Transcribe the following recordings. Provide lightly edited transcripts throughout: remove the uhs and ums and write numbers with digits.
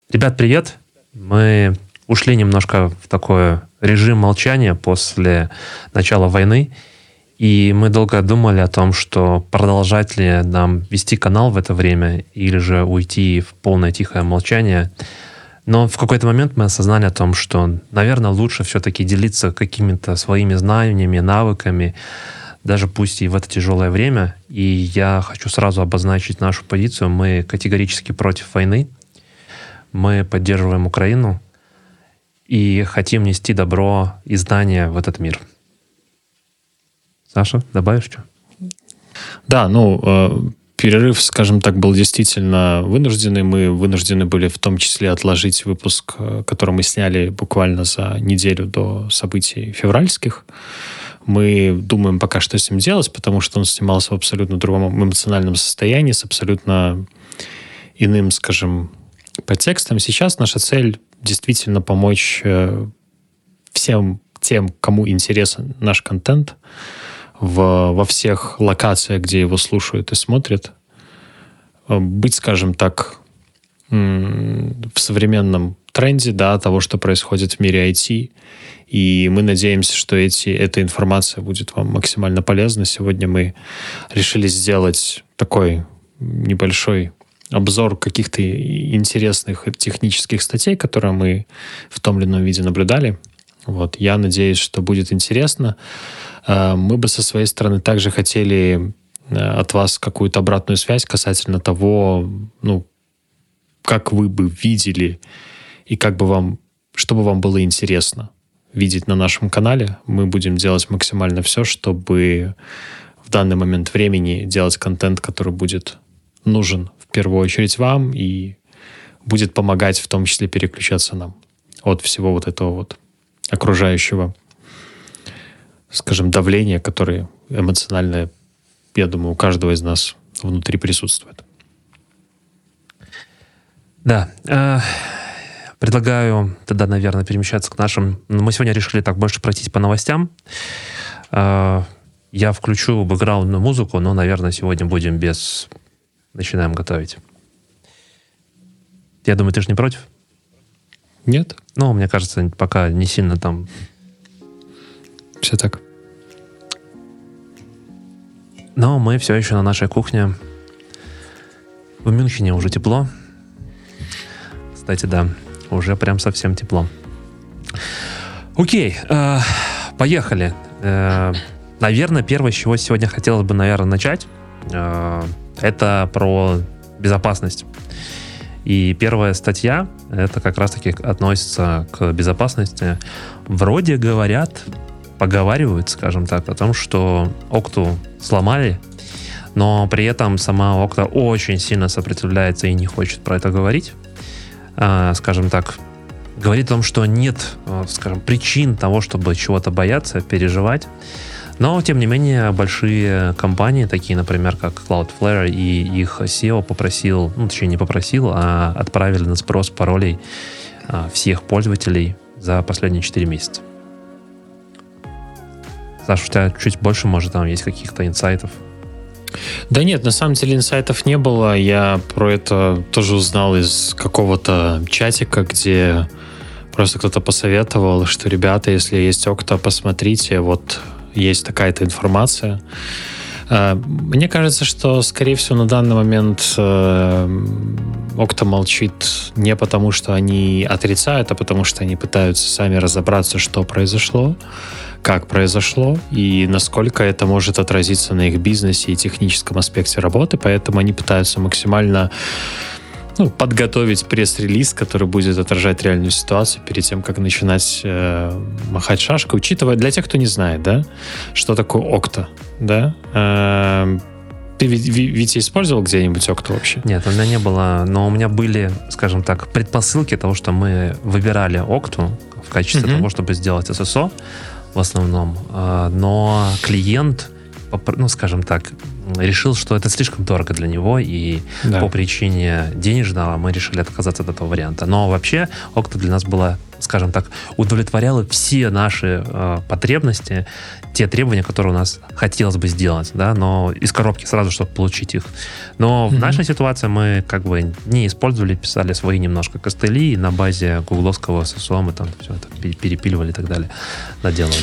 Ребят, привет! Мы ушли немножко в такой режим молчания после начала войны, и мы долго думали о том, что продолжать ли нам вести канал в это время или же уйти в полное тихое молчание. Но в какой-то момент мы осознали о том, что, наверное, лучше все-таки делиться какими-то своими знаниями, навыками, даже пусть и в это тяжелое время. И я хочу сразу обозначить нашу позицию. Мы категорически против войны. Мы поддерживаем Украину и хотим нести добро и знания в этот мир. Саша, добавишь что? Да, перерыв, скажем так, был действительно вынужденный. Мы вынуждены были в том числе отложить выпуск, который мы сняли буквально за неделю до событий февральских. Мы думаем пока, что с ним делать, потому что он снимался в абсолютно другом эмоциональном состоянии, с абсолютно иным, скажем, подтекстом. Сейчас наша цель действительно помочь всем тем, кому интересен наш контент, во всех локациях, где его слушают и смотрят, быть, скажем так, в современном тренде, да, того, что происходит в мире IT. И мы надеемся, что эта информация будет вам максимально полезна. Сегодня мы решили сделать такой небольшой обзор каких-то интересных технических статей, которые мы в том или ином виде наблюдали. Вот. Я надеюсь, что будет интересно. Мы бы со своей стороны также хотели от вас какую-то обратную связь касательно того, как вы бы видели и чтобы вам было интересно видеть на нашем канале. Мы будем делать максимально все, чтобы в данный момент времени делать контент, который будет нужен в первую очередь вам и будет помогать в том числе переключаться нам от всего вот этого вот окружающего, скажем, давления, которое эмоциональное, я думаю, у каждого из нас внутри присутствует. Да. Предлагаю тогда, наверное, перемещаться к нашим... Мы сегодня решили так больше пройтись по новостям. Я включу бэкграундную музыку, но, наверное, сегодня будем без... Начинаем готовить. Я думаю, ты же не против? Нет. Мне кажется, пока не сильно там... Все так. Но мы все еще на нашей кухне. В Мюнхене уже тепло. Кстати, да, уже прям совсем тепло. Окей, поехали. Наверное, первое, с чего сегодня хотелось бы, начать, это про безопасность. И первая статья, это как раз-таки относится к безопасности. Вроде поговаривают, скажем так, о том, что Окту сломали, но при этом сама Окта очень сильно сопротивляется и не хочет про это говорить. Скажем так, говорит о том, что нет, скажем, причин того, чтобы чего-то бояться, переживать. Но, тем не менее, большие компании, такие, например, как Cloudflare и их SEO не попросил, а отправили на спрос паролей всех пользователей за последние 4 месяца. Саша, у тебя чуть больше, может, там есть каких-то инсайтов? Да нет, на самом деле инсайтов не было. Я про это тоже узнал из какого-то чатика, где просто кто-то посоветовал, что, ребята, если есть Окта, посмотрите, вот есть такая-то информация. Мне кажется, что, скорее всего, на данный момент Окта молчит не потому, что они отрицают, а потому что они пытаются сами разобраться, что произошло, как произошло и насколько это может отразиться на их бизнесе и техническом аспекте работы. Поэтому они пытаются максимально подготовить пресс-релиз, который будет отражать реальную ситуацию перед тем, как начинать махать шашкой, учитывая, для тех, кто не знает, да, что такое Окта, да? Ты, Витя, использовал где-нибудь Окту вообще? Нет, у меня не было, но у меня были, скажем так, предпосылки того, что мы выбирали Окту в качестве того, чтобы сделать SSO в основном, но клиент, скажем так, решил, что это слишком дорого для него, и по причине денежного мы решили отказаться от этого варианта. Но вообще Okta для нас была, скажем так, удовлетворяла все наши потребности, те требования, которые у нас хотелось бы сделать, да, но из коробки сразу, чтобы получить их. Но в нашей ситуации мы как бы не использовали, писали свои немножко костыли, и на базе гугловского SSO мы там все это перепиливали и так далее, доделали.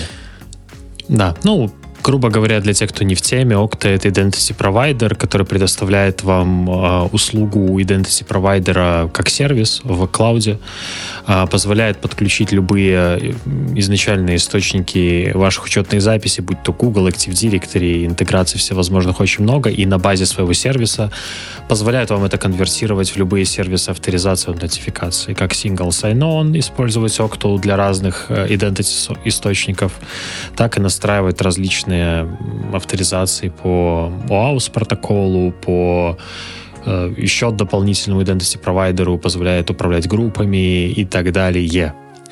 Да, ну, грубо говоря, для тех, кто не в теме, Okta — это identity provider, который предоставляет вам услугу identity провайдера как сервис в клауде, позволяет подключить любые изначальные источники ваших учетных записей, будь то Google, Active Directory, интеграций всевозможных очень много, и на базе своего сервиса позволяет вам это конвертировать в любые сервисы авторизации и нотификации, как Single Sign-On, использовать Okta для разных identity источников, так и настраивать различные авторизации по OAuth протоколу, по еще дополнительному identity провайдеру, позволяет управлять группами и так далее.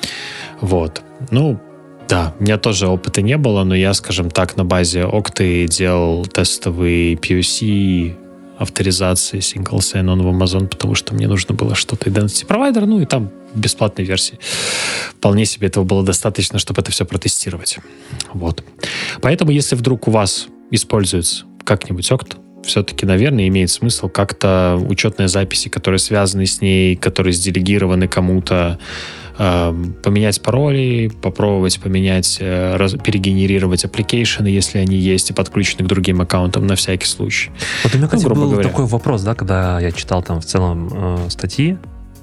Вот. Ну, да, у меня тоже опыта не было, но я, скажем так, на базе Okta делал тестовый POC авторизации Single Sign-On в Amazon, потому что мне нужно было что-то identity провайдер, ну и там в бесплатной версии. Вполне себе этого было достаточно, чтобы это все протестировать. Вот. Поэтому, если вдруг у вас используется как-нибудь Okta, все-таки, наверное, имеет смысл как-то учетные записи, которые связаны с ней, которые сделегированы кому-то, поменять пароли, попробовать поменять, перегенерировать аппликейшены, если они есть, и подключены к другим аккаунтам на всякий случай. Вот у меня, кстати, был такой вопрос, да, когда я читал там в целом статьи,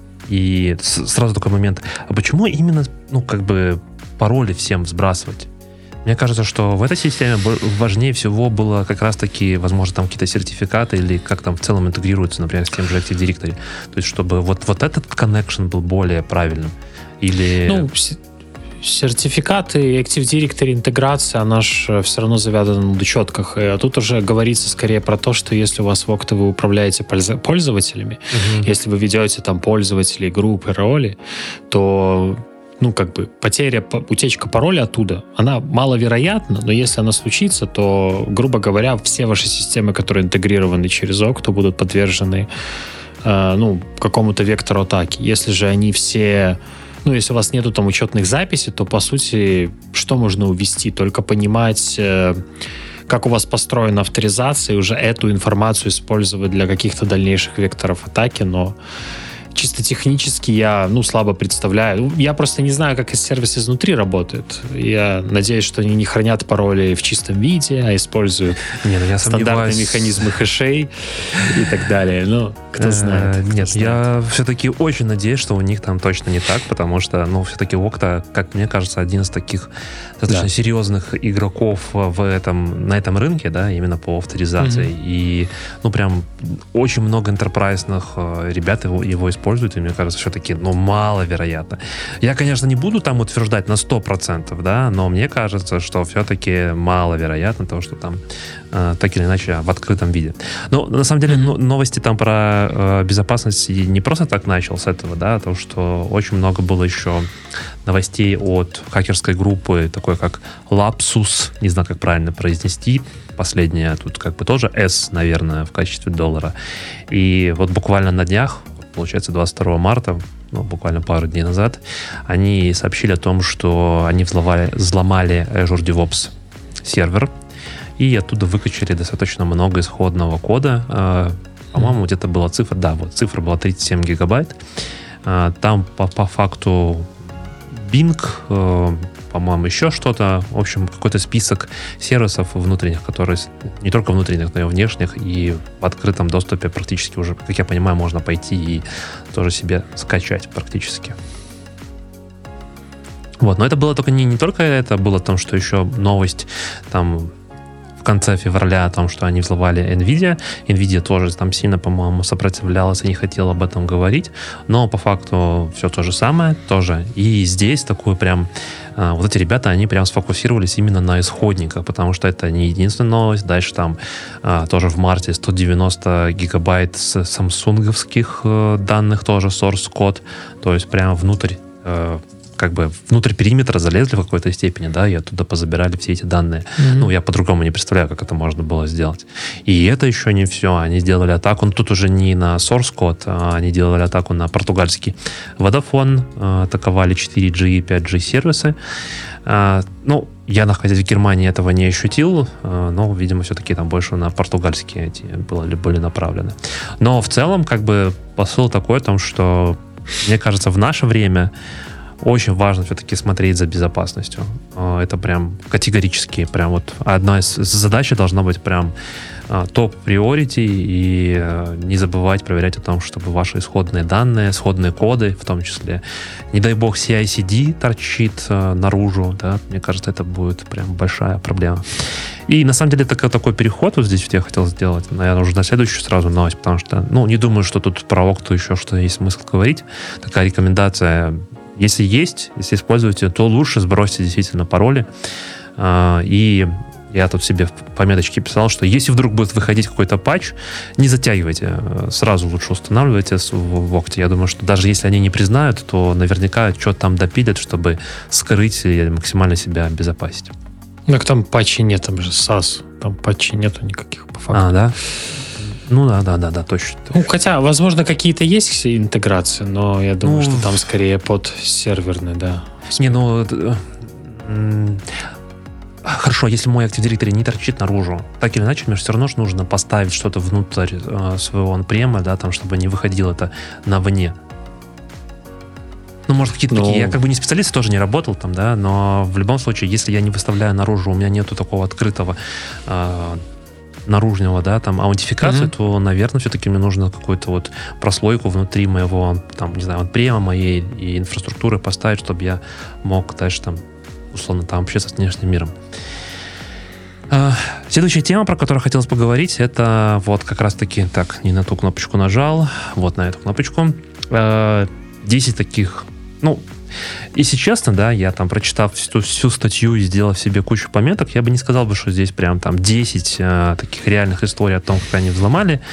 и сразу такой момент, а почему именно, ну, как бы пароли всем сбрасывать? Мне кажется, что в этой системе важнее всего было как раз-таки, возможно, там какие-то сертификаты или как там в целом интегрируется, например, с тем же Active Directory. То есть, чтобы вот этот connection был более правильным. Или... Ну, сертификаты, Active Directory, интеграция, она же все равно завязана на учетках. А тут уже говорится скорее про то, что если у вас в Okta вы управляете пользователями, если вы ведете там пользователей, группы, роли, то... ну, как бы, утечка пароля оттуда, она маловероятна, но если она случится, то, грубо говоря, все ваши системы, которые интегрированы через Okta, будут подвержены, какому-то вектору атаки. Если же они все... Ну, если у вас нету там учетных записей, то, по сути, что можно увести? Только понимать, как у вас построена авторизация, и уже эту информацию использовать для каких-то дальнейших векторов атаки, но... Чисто технически я, слабо представляю. Я просто не знаю, как сервис изнутри работает. Я надеюсь, что они не хранят пароли в чистом виде, а используют стандартные механизмы хэшей и так далее. Ну, кто знает. Нет, я все-таки очень надеюсь, что у них там точно не так, потому что, все-таки Okta, как мне кажется, один из таких достаточно серьезных игроков на этом рынке, да, именно по авторизации. И, прям очень много энтерпрайзных ребят его используют, и мне кажется, все-таки, маловероятно. Я, конечно, не буду там утверждать на 100%, да, но мне кажется, что все-таки маловероятно то, что там так или иначе в открытом виде. Но на самом деле новости там про безопасность не просто так начал с этого, да, то, что очень много было еще новостей от хакерской группы, такой как Lapsus, не знаю, как правильно произнести, последняя тут как бы тоже S, наверное, в качестве доллара. И вот буквально на днях, получается 22 марта, буквально пару дней назад, они сообщили о том, что они взломали Azure DevOps сервер, и оттуда выкачали достаточно много исходного кода. По-моему, где-то была цифра, цифра была 37 гигабайт. Там по факту Bing, по-моему, еще что-то. В общем, какой-то список сервисов внутренних, которые не только внутренних, но и внешних, и в открытом доступе практически уже, как я понимаю, можно пойти и тоже себе скачать практически. Вот, но это было только не только это, было там, что еще новость там в конце февраля о том, что они взломали NVIDIA. NVIDIA тоже там сильно, по-моему, сопротивлялась и не хотела об этом говорить, но по факту все то же самое тоже. И здесь такую прям... Вот эти ребята, они прям сфокусировались именно на исходниках, потому что это не единственная новость. Дальше там тоже в марте 190 гигабайт с самсунговских данных тоже source код, то есть прямо внутрь как бы внутрь периметра залезли в какой-то степени, да, и оттуда позабирали все эти данные. Ну, я по-другому не представляю, как это можно было сделать. И это еще не все. Они сделали атаку, ну, тут уже не на source код, а они делали атаку на португальский Vodafone, атаковали 4G и 5G сервисы. Ну, я, находясь в Германии, этого не ощутил, но, видимо, все-таки там больше на португальские эти были направлены. Но в целом, как бы, посыл такой, о том, что, мне кажется, в наше время очень важно все-таки смотреть за безопасностью. Это прям категорически, прям вот одна из задач должна быть прям топ-приорити, и не забывать проверять о том, чтобы ваши исходные данные, исходные коды, в том числе, не дай бог, CI/CD торчит наружу, да, мне кажется, это будет прям большая проблема. И на самом деле такой переход вот здесь вот я хотел сделать, наверное, уже на следующую сразу новость, потому что, ну, не думаю, что тут про Okta еще что есть смысл говорить. Такая рекомендация: если используете, то лучше сбросьте действительно пароли. И я тут себе в пометочке писал, что если вдруг будет выходить какой-то патч, не затягивайте, сразу лучше устанавливайте в Okta. Я думаю, что даже если они не признают, то наверняка что-то там допилят, чтобы скрыть и максимально себя обезопасить. Так там патчей нет, там же SaaS, там патчей нету никаких по факту. Да? Ну да, точно. Ну, хотя, возможно, какие-то есть интеграции, но я думаю, что там скорее под серверный, да. Не, хорошо, если мой Active Directory не торчит наружу, так или иначе, мне все равно нужно поставить что-то внутрь своего on-према, да, там, чтобы не выходило это навне. Ну, может, какие-то такие... Я как бы не специалист, тоже не работал там, да, но в любом случае, если я не выставляю наружу, у меня нету такого открытого наружного, да, там, аутентификации, то, наверное, все-таки мне нужно какую-то вот прослойку внутри моего, там, не знаю, on-према моей и инфраструктуры поставить, чтобы я мог дальше там условно там общаться с внешним миром. Следующая тема, про которую хотелось поговорить, это вот как раз-таки, так, не на ту кнопочку нажал, вот на эту кнопочку. 10 таких, ну, если честно, да, я там, прочитав всю статью и сделав себе кучу пометок, я бы не сказал бы, что здесь прям там 10 таких реальных историй о том, как они взломали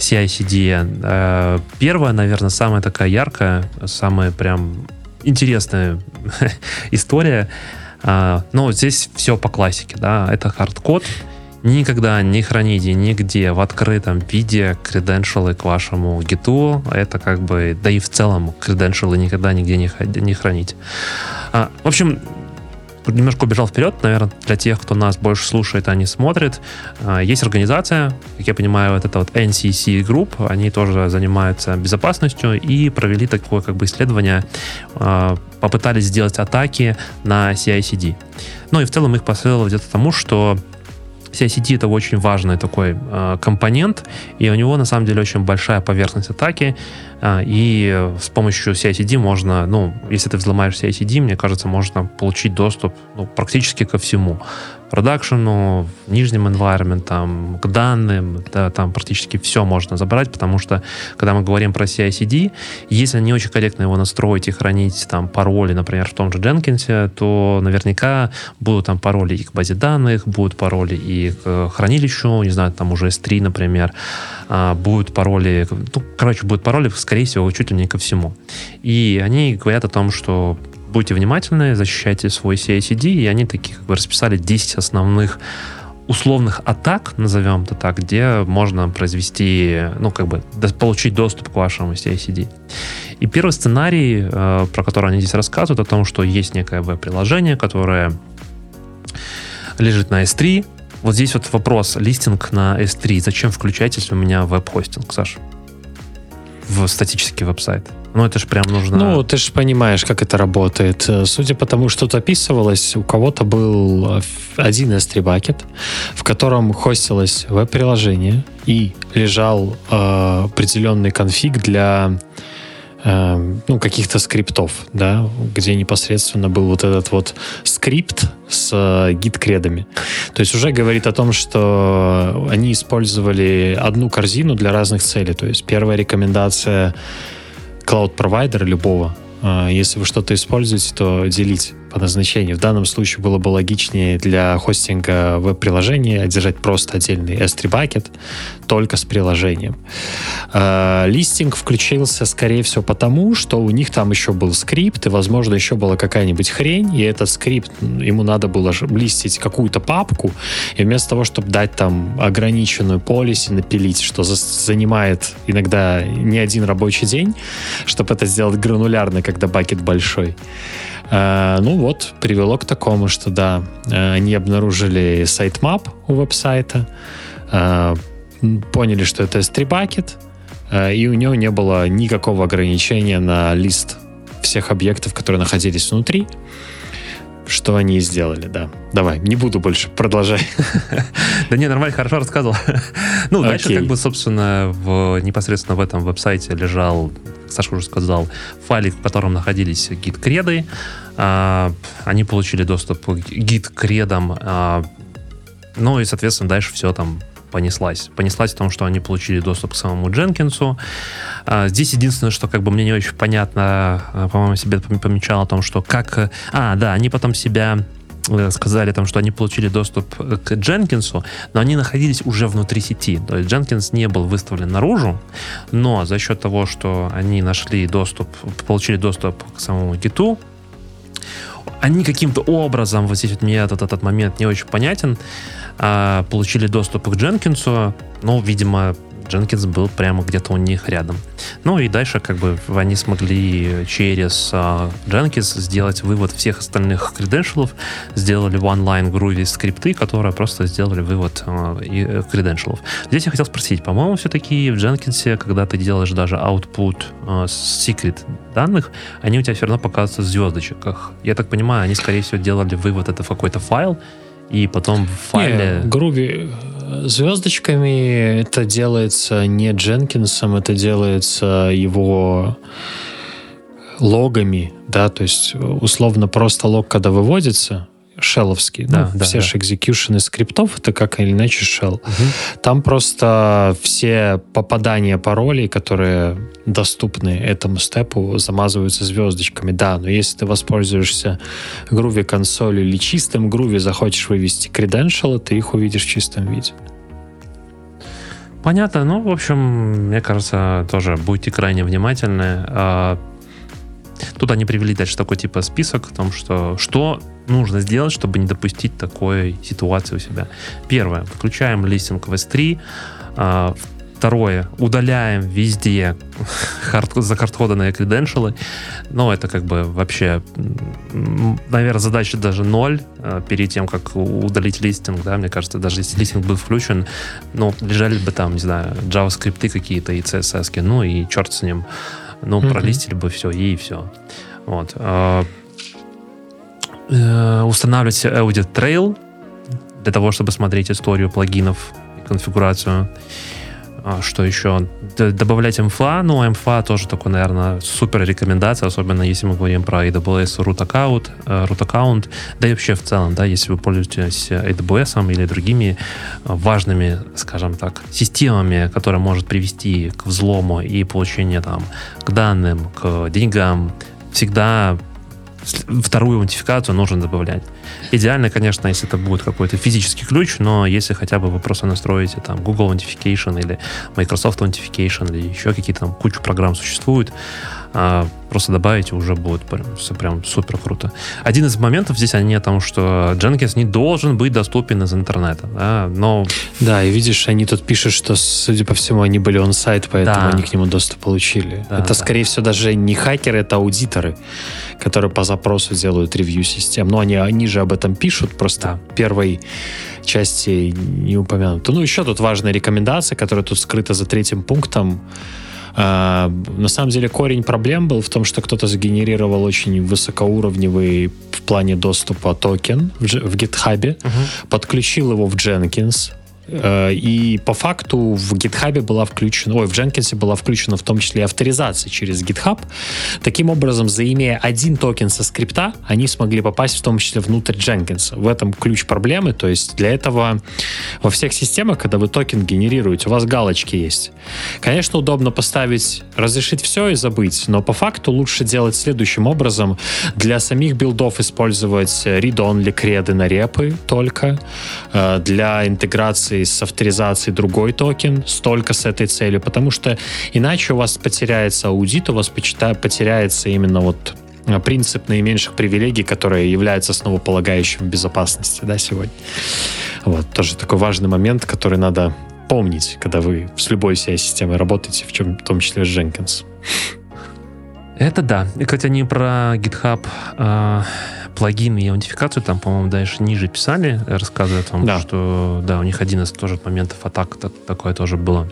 CI/CD. Первая, наверное, самая такая яркая, самая прям интересная история. Но здесь все по классике, да, это хардкод. Никогда не храните нигде в открытом виде креденшалы к вашему гиту. Это как бы, да и в целом креденшалы никогда нигде не храните. В общем, немножко убежал вперед, наверное, для тех, кто нас больше слушает, а не смотрит. Есть организация, как я понимаю, вот это вот NCC Group, они тоже занимаются безопасностью и провели такое как бы исследование, попытались сделать атаки на CI/CD. Ну и в целом их посыл где-то тому, что CI/CD — это очень важный такой компонент, и у него на самом деле очень большая поверхность атаки, и с помощью CI/CD можно, ну, если ты взломаешь CI/CD, мне кажется, можно получить доступ, ну, практически ко всему. Продакшену, нижним environment, к данным, да, там практически все можно забрать, потому что, когда мы говорим про CI/CD, если не очень корректно его настроить и хранить там пароли, например, в том же Jenkins, то наверняка будут там пароли и к базе данных, будут пароли и к хранилищу, не знаю, там уже S3, например, будут пароли, ну, короче, будут пароли, скорее всего, чуть ли не ко всему. И они говорят о том, что будьте внимательны, защищайте свой CI/CD, и они такие как бы расписали 10 основных условных атак, назовем это так, где можно произвести, ну, как бы, получить доступ к вашему CI/CD. И первый сценарий, про который они здесь рассказывают, о том, что есть некое веб-приложение, которое лежит на S3. Вот здесь вот вопрос: листинг на S3 зачем включать, если у меня веб-хостинг, Саша? В статический веб-сайт. Ну, это же прям нужно... Ну, ты же понимаешь, как это работает. Судя по тому, что тут описывалось, у кого-то был один S3 бакет, в котором хостилось веб-приложение и лежал определенный конфиг для ну, каких-то скриптов, да, где непосредственно был вот этот вот скрипт с гит-кредами. То есть уже говорит о том, что они использовали одну корзину для разных целей. То есть первая рекомендация клауд-провайдера любого: если вы что-то используете, то делите по назначению. В данном случае было бы логичнее для хостинга веб-приложения держать просто отдельный S3 bucket, только с приложением. Листинг включился, скорее всего, потому, что у них там еще был скрипт, и, возможно, еще была какая-нибудь хрень, и этот скрипт, ему надо было листить какую-то папку, и вместо того, чтобы дать там ограниченную policy напилить, что занимает иногда не один рабочий день, чтобы это сделать гранулярно, когда бакет большой. Привело к такому, что да, они обнаружили sitemap у веб-сайта, поняли, что это S3 bucket, и у него не было никакого ограничения на лист всех объектов, которые находились внутри, что они и сделали, да. Давай, не буду больше, продолжай. Да не, нормально, хорошо рассказывал. Дальше, собственно, непосредственно в этом веб-сайте лежал, Саша уже сказал, файлик, в котором находились гид-креды. Они получили доступ к гид-кредам. И, соответственно, дальше все там понеслась. Понеслась в том, что они получили доступ к самому Дженкинсу. Здесь единственное, что мне не очень понятно, по-моему, себе помечал о том, что они потом себя сказали, что они получили доступ к Дженкинсу, но они находились уже внутри сети. То есть Дженкинс не был выставлен наружу, но за счет того, что они получили доступ к самому гиту, они каким-то образом, вот здесь мне этот момент не очень понятен, получили доступ к Дженкинсу, видимо, Дженкинс был прямо где-то у них рядом. И дальше они смогли через Jenkins сделать вывод всех остальных credential'ов, сделали в онлайн Groovy скрипты, которые просто сделали вывод credential'ов. Здесь я хотел спросить, по-моему, все-таки в Jenkins, когда ты делаешь даже output secret данных, они у тебя все равно показываются в звездочках. Я так понимаю, они, скорее всего, делали вывод это в какой-то файл, и потом в файле... Groovy звездочками это делается не Дженкинсом, это делается его логами, да, то есть условно просто лог, когда выводится, шелловский, все же экзекьюшены скриптов, это как или иначе shell. Там просто все попадания паролей, которые доступны этому степу, замазываются звездочками. Да, но если ты воспользуешься Groovy консолью или чистым Groovy, захочешь вывести credential, ты их увидишь в чистом виде. Понятно. В общем, мне кажется, тоже будьте крайне внимательны. Тут они привели дальше такой типа список о том, что нужно сделать, чтобы не допустить такой ситуации у себя. Первое. Включаем листинг в S3. Второе. Удаляем везде закодкоданные креденшалы. Это вообще, наверное, задача даже 0 перед тем, как удалить листинг. Да? Мне кажется, даже если листинг был включен, лежали бы там, не знаю, JavaScript какие-то и CSS, и черт с ним. Пролистили бы все, и все. Вот. Устанавливайте Audit Trail для того, чтобы смотреть историю плагинов и конфигурацию. Что еще? Добавлять MFA. MFA тоже такой, наверное, супер рекомендация, особенно если мы говорим про AWS root account, да и вообще в целом, да, если вы пользуетесь AWS или другими важными, скажем так, системами, которые может привести к взлому и получению к данным, к деньгам, всегда вторую аутентификацию нужно добавлять. Идеально, конечно, если это будет какой-то физический ключ, но если хотя бы вы просто настроите Google Authentication или Microsoft Authentication или еще какие-то кучу программ существует, просто добавите, уже будет прям супер круто. Один из моментов здесь о том, что Jenkins не должен быть доступен из интернета. Да, но... Да, и видишь, они тут пишут, что, судя по всему, они были он-сайт, поэтому они к нему доступ получили. Это, скорее всего, даже не хакеры, это аудиторы, которые по запросу делают ревью систем. Они же об этом пишут, просто первой части не упомянуто. Еще тут важная рекомендация, которая тут скрыта за 3 пунктом. На самом деле корень проблем был в том, что кто-то сгенерировал очень высокоуровневый в плане доступа токен в GitHub, подключил его в Jenkins, И по факту в GitHub была включена, в Jenkins была включена в том числе и авторизация через GitHub. Таким образом, заимея один токен со скрипта, они смогли попасть в том числе внутрь Jenkins. В этом ключ проблемы. То есть для этого во всех системах, когда вы токен генерируете, у вас галочки есть. Конечно, удобно поставить «разрешить все» и забыть, но по факту лучше делать следующим образом. Для самих билдов использовать read-only креды на репы только. Для интеграции с авторизацией другой токен только с этой целью, потому что иначе у вас потеряется аудит, у вас потеряется именно вот принцип наименьших привилегий, который является основополагающим в безопасности, да, сегодня. Вот, тоже такой важный момент, который надо помнить, когда вы с любой CI-системой работаете, в том числе с Jenkins. Это да. И, кстати, они про GitHub плагины и аутентификацию там, по-моему, дальше ниже писали, рассказывая о том, что да, у них один из тоже моментов атак такое тоже было.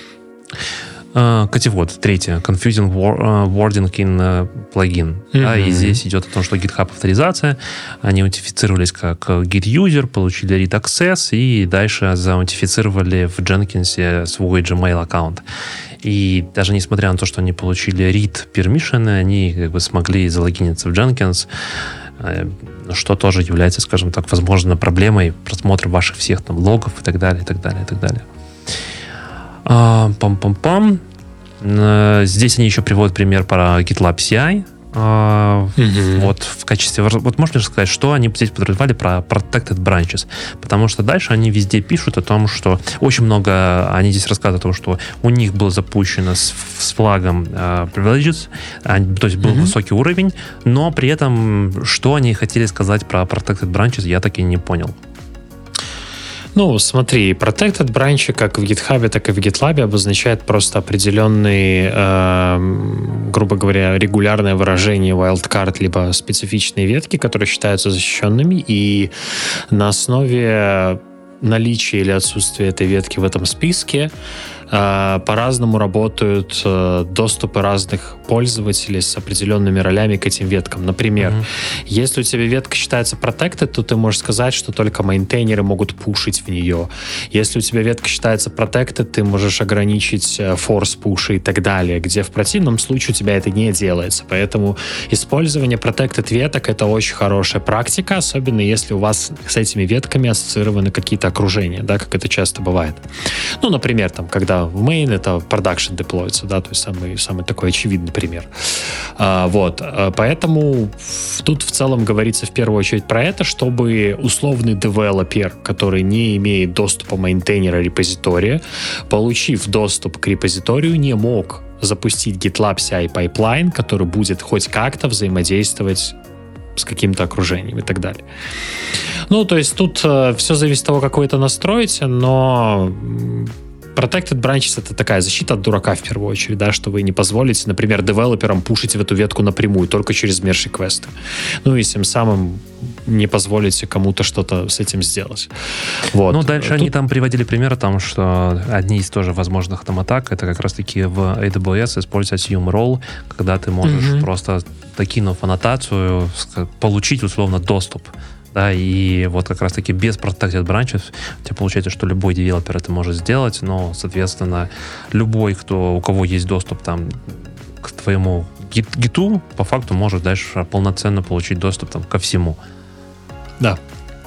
Кстати, вот, третье. Confusing wording in плагин. Да, и здесь идет о том, что GitHub авторизация. Они аутентифицировались как git-user, получили read access и дальше зааутентифицировали в Jenkins свой Gmail аккаунт. И даже несмотря на то, что они получили read permission, они как бы смогли залогиниться в Jenkins, что тоже является, скажем так, возможно, проблемой просмотра ваших всех там логов и так далее, и так далее, и так далее. Пам-пам-пам. Здесь они еще приводят пример про GitLab CI. Вот в качестве... Вот можно сказать, что они здесь подразумевали про protected branches, потому что дальше они везде пишут о том, что очень много... Они здесь рассказывают о том, что у них было запущено с флагом privileges, то есть был высокий уровень, но при этом, что они хотели сказать про protected branches, я так и не понял. Ну, смотри, protected branch как в GitHub, так и в GitLab обозначает просто определенные, грубо говоря, регулярное выражение wildcard, либо специфичные ветки, которые считаются защищенными, и на основе наличия или отсутствия этой ветки в этом списке по-разному работают доступы разных пользователей с определенными ролями к этим веткам. Например, если у тебя ветка считается protected, то ты можешь сказать, что только мейнтейнеры могут пушить в нее. Если у тебя ветка считается protected, ты можешь ограничить force пуши и так далее, где в противном случае у тебя это не делается. Поэтому использование protected веток — это очень хорошая практика, особенно если у вас с этими ветками ассоциированы какие-то окружения, да, как это часто бывает. Ну, например, там, когда в main это production деплоится, да, то есть самый такой очевидный пример. Вот, поэтому тут в целом говорится в первую очередь про это, чтобы условный девелопер, который не имеет доступа мейнтейнера репозитория, получив доступ к репозиторию, не мог запустить GitLab CI pipeline, который будет хоть как-то взаимодействовать с каким-то окружением и так далее. Ну, то есть тут все зависит от того, как вы это настроите, но protected branches — это такая защита от дурака в первую очередь, да, что вы не позволите, например, девелоперам пушить в эту ветку напрямую, только через merge-реквесты. Ну и тем самым не позволите кому-то что-то с этим сделать. Вот. Ну, дальше они там приводили пример о том, что одни из тоже возможных там атак — это как раз-таки в AWS использовать assume role, когда ты можешь просто, докинув аннотацию, получить условно доступ. Да, и вот как раз-таки без protected branches у тебя получается, что любой девелопер это может сделать, но, соответственно, любой, у кого есть доступ там к твоему гиту, по факту может дальше полноценно получить доступ там ко всему. Да.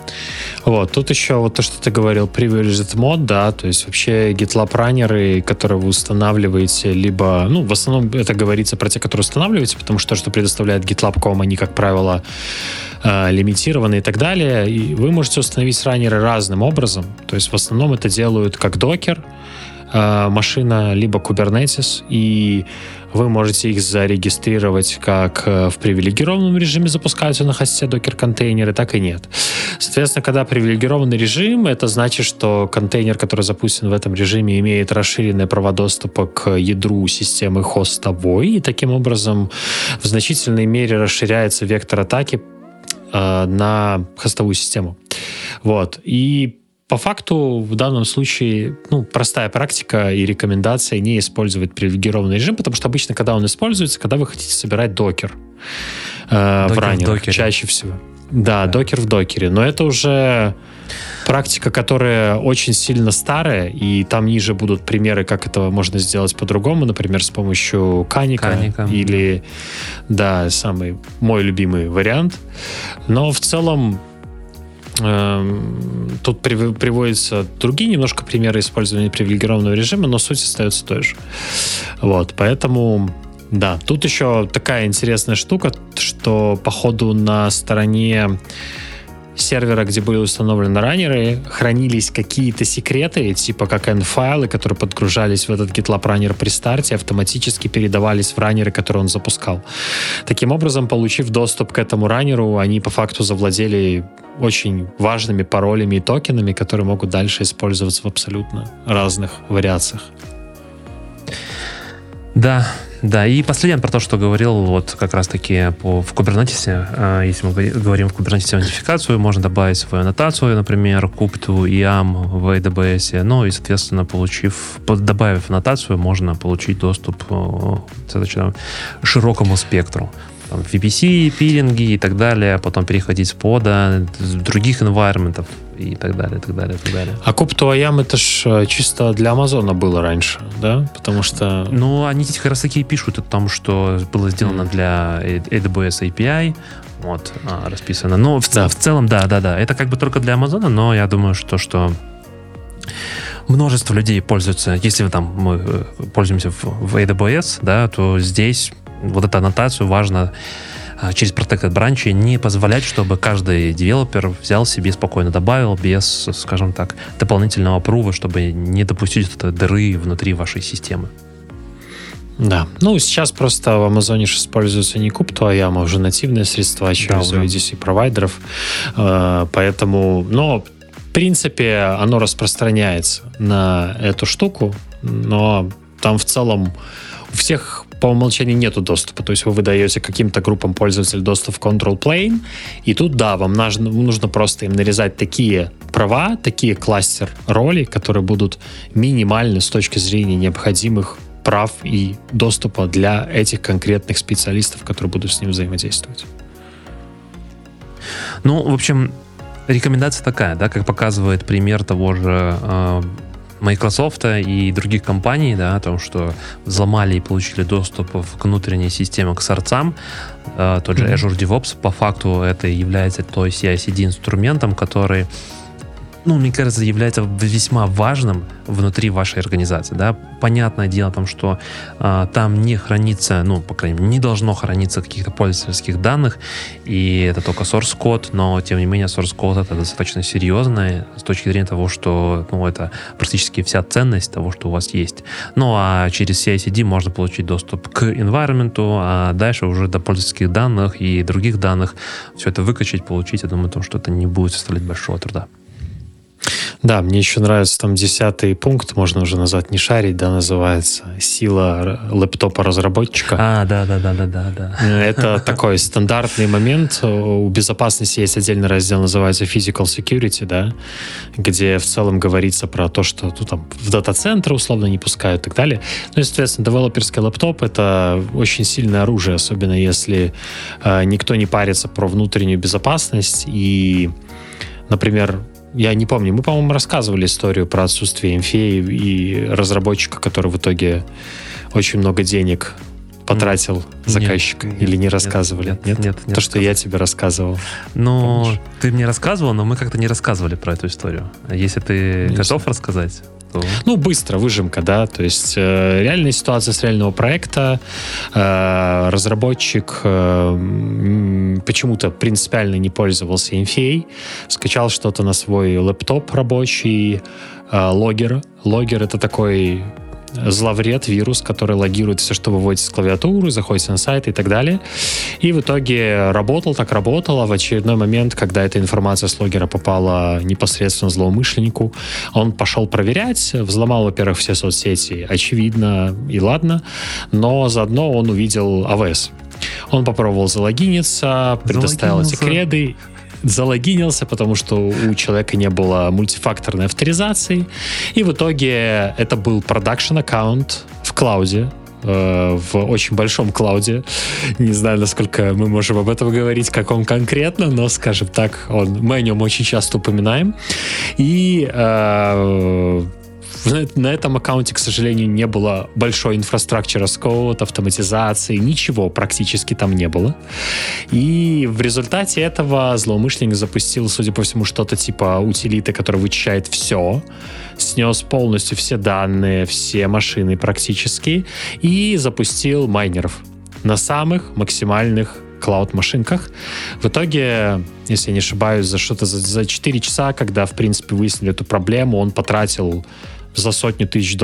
Вот, тут еще вот то, что ты говорил, privileged mod, да, то есть вообще GitLab раннеры, которые вы устанавливаете, либо, ну, в основном это говорится про те, которые устанавливаете, потому что то, что предоставляет GitLab.com, они, как правило, лимитированы и так далее, и вы можете установить раннеры разным образом, то есть в основном это делают как Docker машина, либо Kubernetes, и вы можете их зарегистрировать как в привилегированном режиме запускаются на хосте докер-контейнеры, так и нет. Соответственно, когда привилегированный режим, это значит, что контейнер, который запущен в этом режиме, имеет расширенные права доступа к ядру системы хостовой, и таким образом в значительной мере расширяется вектор атаки на хостовую систему. Вот. И по факту в данном случае простая практика и рекомендация не использовать привилегированный режим, потому что обычно, когда он используется, когда вы хотите собирать докер в раннерах, чаще всего. Да, докер в докере. Но это уже практика, которая очень сильно старая, и там ниже будут примеры, как это можно сделать по-другому, например, с помощью каника. Или, да, самый мой любимый вариант. Но в целом тут приводятся другие немножко примеры использования привилегированного режима, но суть остается той же. Вот, поэтому, да, тут еще такая интересная штука, что, походу, на стороне сервера, где были установлены раннеры, хранились какие-то секреты, типа как N-файлы, которые подгружались в этот GitLab раннер при старте, автоматически передавались в раннеры, которые он запускал. Таким образом, получив доступ к этому раннеру, они по факту завладели очень важными паролями и токенами, которые могут дальше использоваться в абсолютно разных вариациях. Да, и последнее про то, что говорил вот как раз-таки в Kubernetes. Если мы говорим в Kubernetes аутентификацию, можно добавить свою аннотацию, например, kubto IAM в AWS. Ну и, соответственно, добавив аннотацию, можно получить доступ к достаточно широкому спектру. Там, VPC, пилинги и так далее, потом переходить с пода, с других environment'ов и так далее, так далее, так далее. А kubto IAM это ж чисто для Амазона было раньше, да? Потому что... Ну, они как раз таки пишут о том, что было сделано для AWS API, вот, расписано. Но в целом, да. Это как бы только для Амазона, но я думаю, что множество людей пользуются, если мы пользуемся в AWS, да, то здесь вот эту аннотацию важно через Protected Branch не позволять, чтобы каждый девелопер взял себе спокойно добавил без, скажем так, дополнительного аппрува, чтобы не допустить дыры внутри вашей системы. Да. Ну, сейчас просто в Амазоне используется не kubto IAM, а уже нативные средства через OEDC-провайдеров. Поэтому, но в принципе оно распространяется на эту штуку, но там в целом у всех по умолчанию нету доступа. То есть вы выдаете каким-то группам пользователей доступ в control plane, и тут, да, вам нужно просто им нарезать такие права, такие кластер роли, которые будут минимальны с точки зрения необходимых прав и доступа для этих конкретных специалистов, которые будут с ним взаимодействовать. Ну, в общем, рекомендация такая, да, как показывает пример того же Microsoft и других компаний, да, о том, что взломали и получили доступ к внутренней системе, к сорцам. Тот же Azure DevOps, по факту, это является той CI/CD инструментом, который, мне кажется, является весьма важным внутри вашей организации. Да? Понятное дело о том, что там не хранится, по крайней мере, не должно храниться каких-то пользовательских данных, и это только source код, но, тем не менее, source код это достаточно серьезное с точки зрения того, что это практически вся ценность того, что у вас есть. Ну, а через CI/CD можно получить доступ к environment, а дальше уже до пользовательских данных и других данных все это выкачать, получить. Я думаю, что это не будет составлять большого труда. Да, мне еще нравится там 10-й пункт, можно уже назвать не шарить, да, называется «Сила лэптопа разработчика». Да. Это такой стандартный момент. У безопасности есть отдельный раздел, называется Physical Security, да, где в целом говорится про то, что там в дата-центры условно не пускают и так далее. Ну и, соответственно, девелоперский лэптоп — это очень сильное оружие, особенно если никто не парится про внутреннюю безопасность. И, например, я не помню, мы, по-моему, рассказывали историю про отсутствие MFA и разработчика, который в итоге очень много денег потратил заказчик. Или не рассказывали? Нет. То, что я тебе рассказывал. Ты мне рассказывал, но мы как-то не рассказывали про эту историю. Если ты готов рассказать... Быстро, выжимка, да, то есть реальная ситуация с реального проекта, разработчик почему-то принципиально не пользовался MFA, скачал что-то на свой лэптоп рабочий, логер. Логер — это такой зловред, вирус, который логирует все, что выводите с клавиатуры, заходите на сайт и так далее. И в итоге работал, а в очередной момент, когда эта информация с логера попала непосредственно злоумышленнику, он пошел проверять, взломал, во-первых, все соцсети, очевидно, и ладно, но заодно он увидел AWS. Он попробовал залогиниться, предоставил эти креды, залогинился, потому что у человека не было мультифакторной авторизации, и в итоге это был продакшн аккаунт в клауде, в очень большом клауде. Не знаю, насколько мы можем об этом говорить, как он конкретно, но, скажем так, мы о нем очень часто упоминаем. И на этом аккаунте, к сожалению, не было большой инфраструктуры as code, автоматизации, ничего практически там не было. И в результате этого злоумышленник запустил, судя по всему, что-то типа утилиты, который вычищает все, снес полностью все данные, все машины практически, и запустил майнеров на самых максимальных клауд-машинках. В итоге, если я не ошибаюсь, за 4 часа, когда, в принципе, выяснили эту проблему, он потратил за $100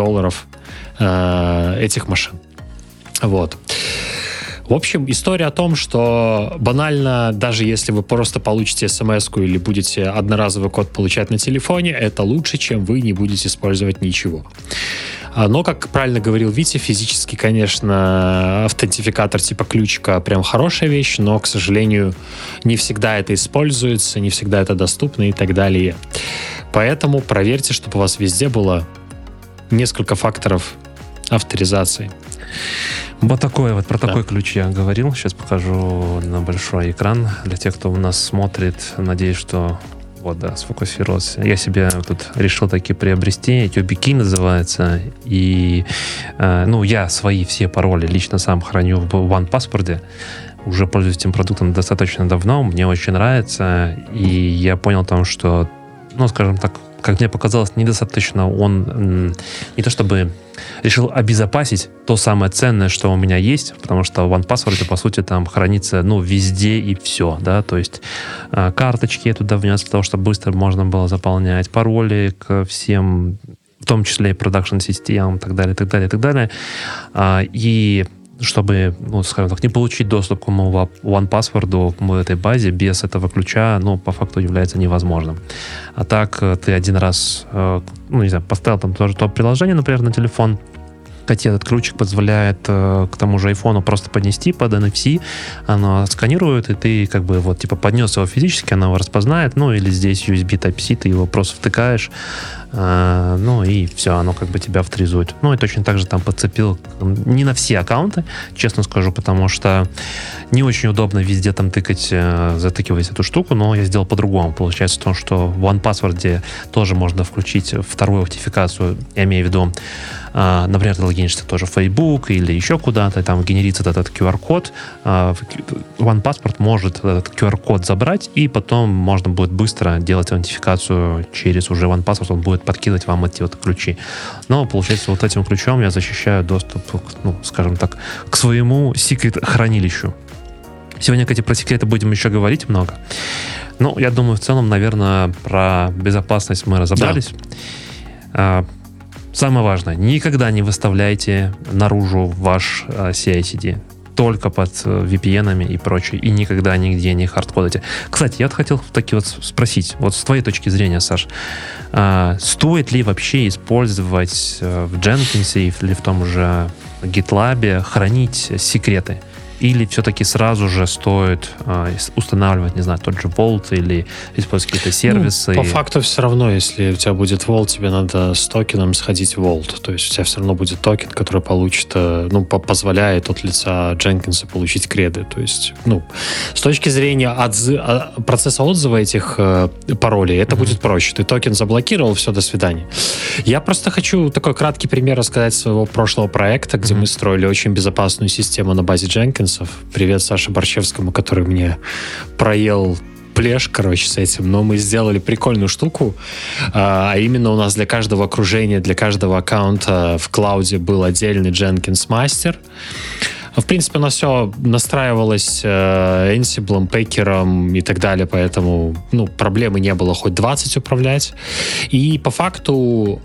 000 этих машин. Вот. В общем, история о том, что банально, даже если вы просто получите смс-ку или будете одноразовый код получать на телефоне, это лучше, чем вы не будете использовать ничего. Но, как правильно говорил Витя, физически, конечно, аутентификатор типа ключика прям хорошая вещь, но, к сожалению, не всегда это используется, не всегда это доступно и так далее. Поэтому проверьте, чтобы у вас везде было несколько факторов авторизации. Вот про такой ключ я говорил. Сейчас покажу на большой экран для тех, кто у нас смотрит. Надеюсь, что сфокусировался. Я себе тут решил таки приобрести. YubiKey называется. И я свои все пароли лично сам храню в OnePassword. Уже пользуюсь этим продуктом достаточно давно. Мне очень нравится. И я понял там, что, скажем так, как мне показалось, недостаточно он не то чтобы решил обезопасить то самое ценное, что у меня есть, потому что в OnePassword, по сути, там хранится, везде и все, да, то есть карточки я туда внес для того, чтобы быстро можно было заполнять, пароли к всем, в том числе и продакшн-системам, и так далее, и так далее, и так далее. И чтобы, скажем так, не получить доступ к OnePassword, к этой базе без этого ключа, по факту является невозможным. А так ты один раз, поставил там тоже то приложение, например, на телефон, хотя этот ключик позволяет к тому же айфону просто поднести под NFC, оно сканирует, и ты поднес его физически, оно его распознает, или здесь USB Type-C, ты его просто втыкаешь, и все, оно тебя авторизует. И точно так же там подцепил не на все аккаунты, честно скажу, потому что не очень удобно везде там тыкать, затыкивать эту штуку, но я сделал по-другому. Получается то, что в OnePassword тоже можно включить вторую аутентификацию, я имею в виду, например, ты логинишься тоже в Facebook или еще куда-то, там генерится этот QR-код. OnePassword может этот QR-код забрать, и потом можно будет быстро делать аутентификацию через уже OnePassword, он будет подкидывать вам эти ключи. Но, получается, этим ключом я защищаю доступ, скажем так, к своему секрет-хранилищу. Сегодня, кстати, про секреты будем еще говорить много. Я думаю, в целом, наверное, про безопасность мы разобрались. Да. Самое важное, никогда не выставляйте наружу ваш CI/CD. Только под VPN-ами и прочее. И никогда нигде не хардкодите. Кстати, я хотел спросить, с твоей точки зрения, Саш, стоит ли вообще использовать в Jenkins или в том же GitLab хранить секреты? Или все-таки сразу же стоит устанавливать, не знаю, тот же Vault или использовать какие-то сервисы? По факту все равно, если у тебя будет Vault, тебе надо с токеном сходить в Vault. То есть у тебя все равно будет токен, который позволяет от лица Jenkins получить креды. То есть, с точки зрения процесса отзыва этих паролей, это будет проще. Ты токен заблокировал, все, до свидания. Я просто хочу такой краткий пример рассказать своего прошлого проекта, где мы строили очень безопасную систему на базе Jenkins. Привет Саше Борчевскому, который мне проел плешь, с этим, но мы сделали прикольную штуку, а именно у нас для каждого окружения, для каждого аккаунта в клауде был отдельный Jenkins мастер. В принципе, у нас все настраивалось Ansible, Packer и так далее, поэтому проблемы не было хоть 20 управлять. И по факту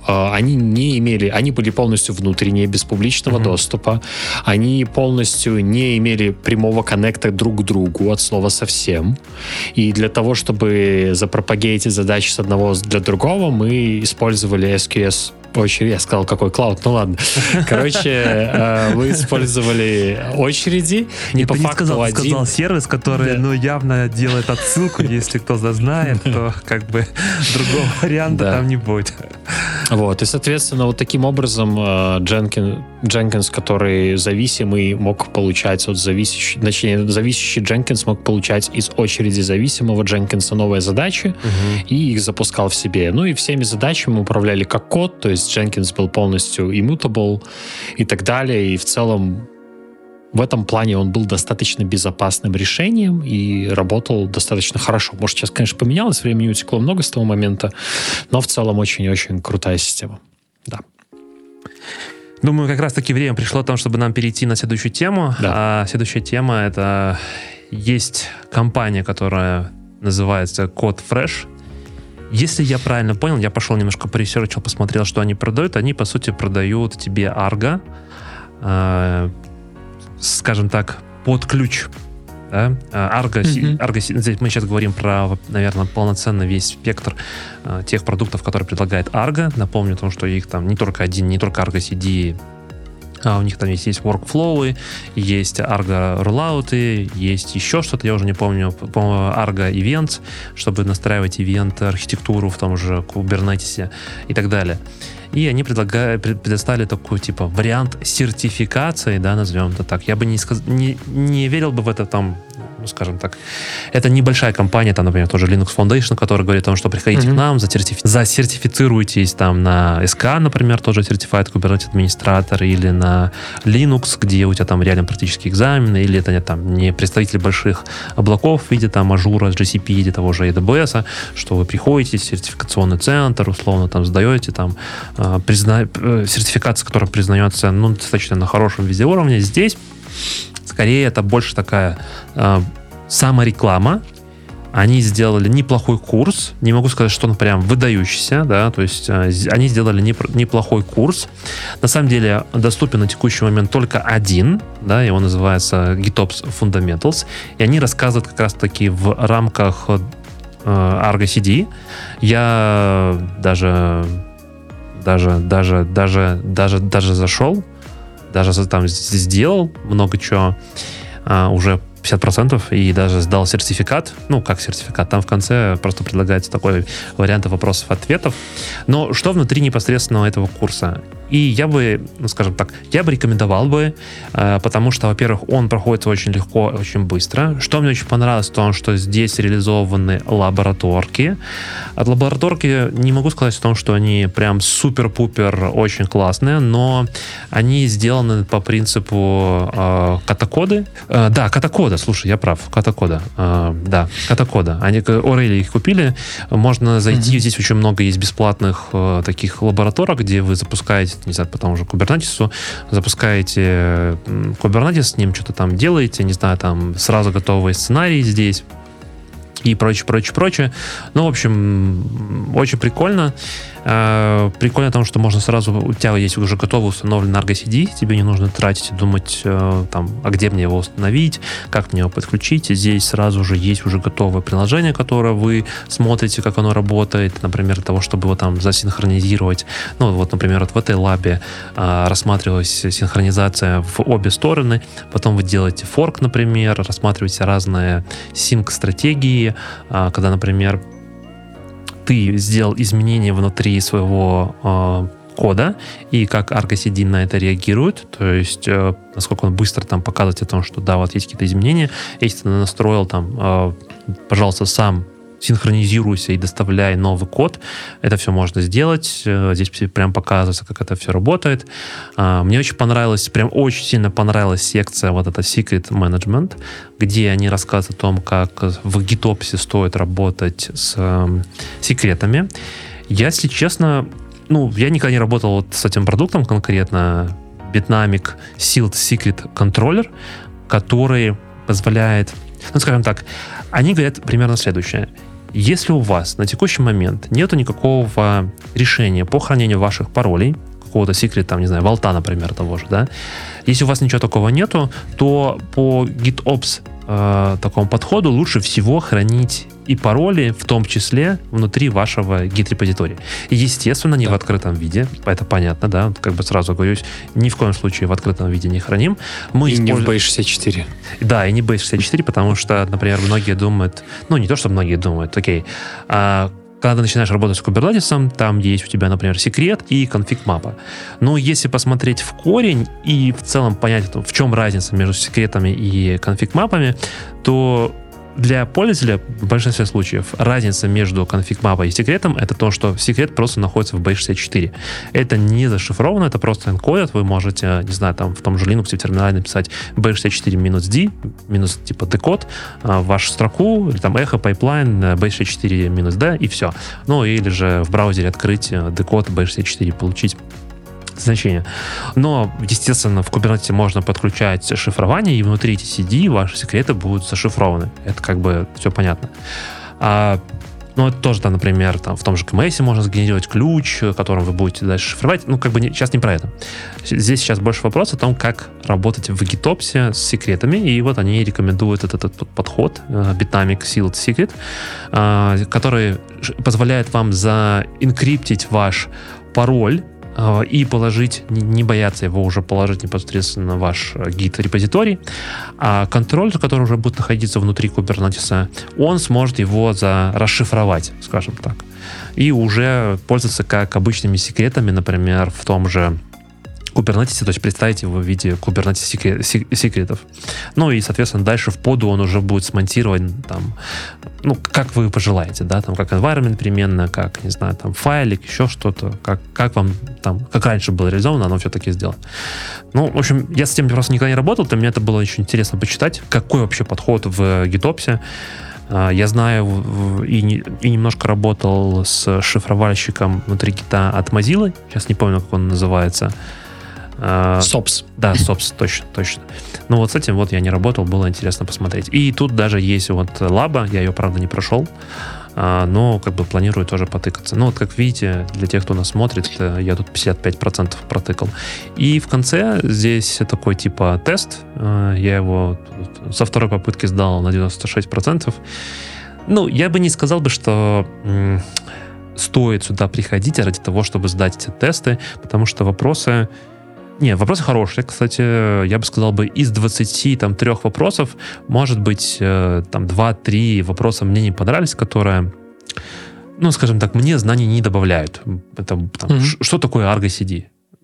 они были полностью внутренние, без публичного доступа. Они полностью не имели прямого коннекта друг к другу, от слова совсем. И для того, чтобы запропагейтить задачи с одного для другого, мы использовали SQS очереди. Я сказал, какой клауд, ну ладно. Короче, вы использовали очереди. И по факту сказал сервис, который, ну, явно делает отсылку, если кто-то знает, то как бы другого варианта там не будет. Вот, и, соответственно, вот таким образом Jenkins, который зависимый, мог получать от зависящий Jenkins мог получать из очереди зависимого Jenkins новые задачи и их запускал в себе. Ну и всеми задачами управляли как код, то есть Jenkins был полностью immutable и так далее, и в целом в этом плане он был достаточно безопасным решением и работал достаточно хорошо. Может, сейчас, конечно, поменялось, времени утекло много с того момента, но в целом очень-очень крутая система. Да. Думаю, как раз-таки время пришло о том, чтобы нам перейти на следующую тему. Да. А следующая тема — это есть компания, которая называется CodeFresh. Если я правильно понял, я пошел немножко поресерчил, посмотрел, что они продают. Они, по сути, продают тебе Argo, скажем так, под ключ. Да? Argo, здесь мы сейчас говорим про, наверное, полноценно весь спектр тех продуктов, которые предлагает Argo. Напомню о том, что их там не только Argo CD, у них там есть workflow, есть Argo rollout, есть еще что-то, я уже не помню, по-моему, Argo Events, чтобы настраивать ивент-архитектуру в том же Kubernetes и так далее. И они предоставили такой, типа, вариант сертификации, да, назовем это так. Я бы не верил бы в это там, ну, скажем так. Это небольшая компания, там, например, тоже Linux Foundation, которая говорит о том, что приходите к нам, засертифицируйтесь там на SK, например, тоже Certified Kubernetes администратор, или на Linux, где у тебя там реально практические экзамены, или это там не представители больших облаков в виде там Azure, GCP, в виде того же AWS, что вы приходите, сертификационный центр, условно там сдаете там сертификация, которая признается, ну, достаточно на хорошем везде уровне. Здесь скорее это больше такая самореклама. Они сделали неплохой курс. Не могу сказать, что он прям выдающийся, да, то есть они сделали неплохой курс. На самом деле доступен на текущий момент только один, да, его называется GitOps Fundamentals, и они рассказывают как раз-таки в рамках Argo CD. Я даже зашел, даже там сделал много чего, уже 50%, и даже сдал сертификат. Ну, как сертификат? Там в конце просто предлагается такой вариант вопросов-ответов. Но что внутри непосредственно этого курса? И я бы, ну, скажем так, я бы рекомендовал бы, потому что, во-первых, он проходится очень легко, очень быстро. Что мне очень понравилось в том, что здесь реализованы лабораторки. От лабораторки не могу сказать о том, что они прям супер-пупер очень классные, но они сделаны по принципу катакоды. Да, катакода, слушай, я прав, катакода. Да, катакода. Они Орели их купили. Можно зайти, здесь очень много есть бесплатных таких лабораторок, где вы запускаете, не знаю, по тому же Kubernetes, запускаете Kubernetes, с ним что-то там делаете, не знаю, там сразу готовые сценарии здесь и прочее. Ну, в общем, очень прикольно. Прикольно в том, что можно сразу, у тебя есть уже готовый установленный Argo CD, тебе не нужно тратить и думать, там, а где мне его установить, как мне его подключить. Здесь сразу же есть уже готовое приложение, которое вы смотрите, как оно работает, например, для того, чтобы его там засинхронизировать. Ну, вот, например, вот в этой лабе рассматривалась синхронизация в обе стороны, потом вы делаете форк, например, рассматриваете разные синк-стратегии, когда, например, ты сделал изменения внутри своего кода, и как Argo CD на это реагирует, то есть насколько он быстро там показывает о том, что да, вот есть какие-то изменения, если ты настроил там, пожалуйста, сам синхронизируйся и доставляй новый код. Это все можно сделать. Здесь прям показывается, как это все работает. Мне очень понравилось, прям очень сильно понравилась секция вот эта Secret Management, где они рассказывают о том, как в GitOps стоит работать с секретами. Я, если честно, ну, я никогда не работал вот с этим продуктом конкретно, Bitnamic Sealed Secret Controller, который позволяет, ну, скажем так, они говорят примерно следующее. Если у вас на текущий момент нету никакого решения по хранению ваших паролей, какого-то секрета, там, не знаю, Vault, например, того же, да, если у вас ничего такого нету, то по GitOps такому подходу лучше всего хранить и пароли, в том числе внутри вашего Git-репозитория. Естественно, не в открытом виде, это понятно, да, как бы сразу говорю, ни в коем случае в открытом виде не храним. Мы не в base64. Да, и не base64, потому что, например, многие думают, не то, что многие думают, окей, когда ты начинаешь работать с Kubernetes, там есть у тебя, например, секрет и конфиг-мапа. Но если посмотреть в корень и в целом понять, в чем разница между секретами и конфиг-мапами, то для пользователя в большинстве случаев разница между конфиг-мапой и секретом — это то, что секрет просто находится в base64. Это не зашифровано, это просто энкодят. Вы можете, не знаю, там в том же Linux в терминале написать base64-d, минус типа decode, в вашу строку, или там echo pipeline base64-d, и все. Или же в браузере открыть decode base64, получить значение. Но, естественно, в Kubernetes можно подключать шифрование, и внутри etcd ваши секреты будут зашифрованы. Это как бы все понятно. Это тоже, например, в том же KMS можно сгенерировать ключ, которым вы будете дальше шифровать. Сейчас не про это. Здесь сейчас больше вопрос о том, как работать в GitOps с секретами, и вот они рекомендуют этот подход Bitnamic Sealed Secret, который позволяет вам заинкриптить ваш пароль и положить, не бояться его уже положить непосредственно в ваш Git-репозиторий, а контроллер, который уже будет находиться внутри Kubernetes, он сможет его расшифровать, скажем так, и уже пользоваться как обычными секретами, например, в том же Kubernetes, то есть представить его в виде Kubernetes секретов. И, соответственно, дальше в поду он уже будет смонтирован там, как вы пожелаете, да, там, как environment переменная, как, не знаю, там, файлик, еще что-то, как вам там, как раньше было реализовано, оно все-таки сделано. В общем, я с тем просто никогда не работал, для меня это было очень интересно почитать, какой вообще подход в GitOps. Я знаю и немножко работал с шифровальщиком внутри гита от Mozilla, сейчас не помню, как он называется. SOPS. Да, SOPS, точно. С этим я не работал, было интересно посмотреть. И тут даже есть лаба, я ее, правда, не прошел, но планирую тоже потыкаться. Как видите, для тех, кто нас смотрит, я тут 55% протыкал. И в конце здесь такой типа тест, я его со второй попытки сдал на 96%. Я бы не сказал бы, что стоит сюда приходить ради того, чтобы сдать эти тесты, потому что вопросы хорошие. Кстати, я бы сказал, из 23 вопросов, может быть, 2-3 вопроса мне не понравились, которые, скажем так, мне знаний не добавляют. Это что такое Argo CD?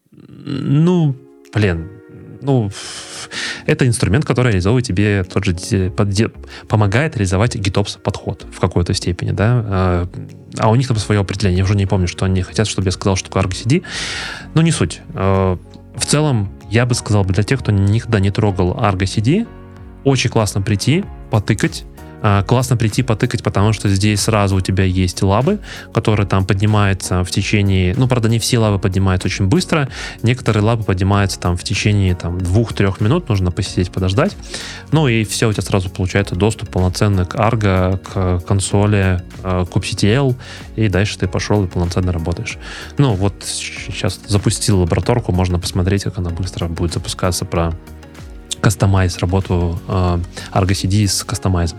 Это инструмент, который реализовывает тебе помогает реализовать GitOps подход в какой-то степени, да. А у них там свое определение. Я уже не помню, что они хотят, чтобы я сказал, что такое Argo CD. Не суть. В целом, я бы сказал, для тех, кто никогда не трогал Argo CD, очень классно прийти, потыкать. Классно прийти потыкать, потому что здесь сразу у тебя есть лабы, которые там поднимаются в течение... правда, не все лабы поднимаются очень быстро. Некоторые лабы поднимаются там в течение 2-3 минут. Нужно посидеть, подождать. И все, у тебя сразу получается доступ полноценный к Argo, к консоли, к kubectl, и дальше ты пошел и полноценно работаешь. Сейчас запустил лабораторку, можно посмотреть, как она быстро будет запускаться про кастомайз, работу Argo CD с кастомайзом.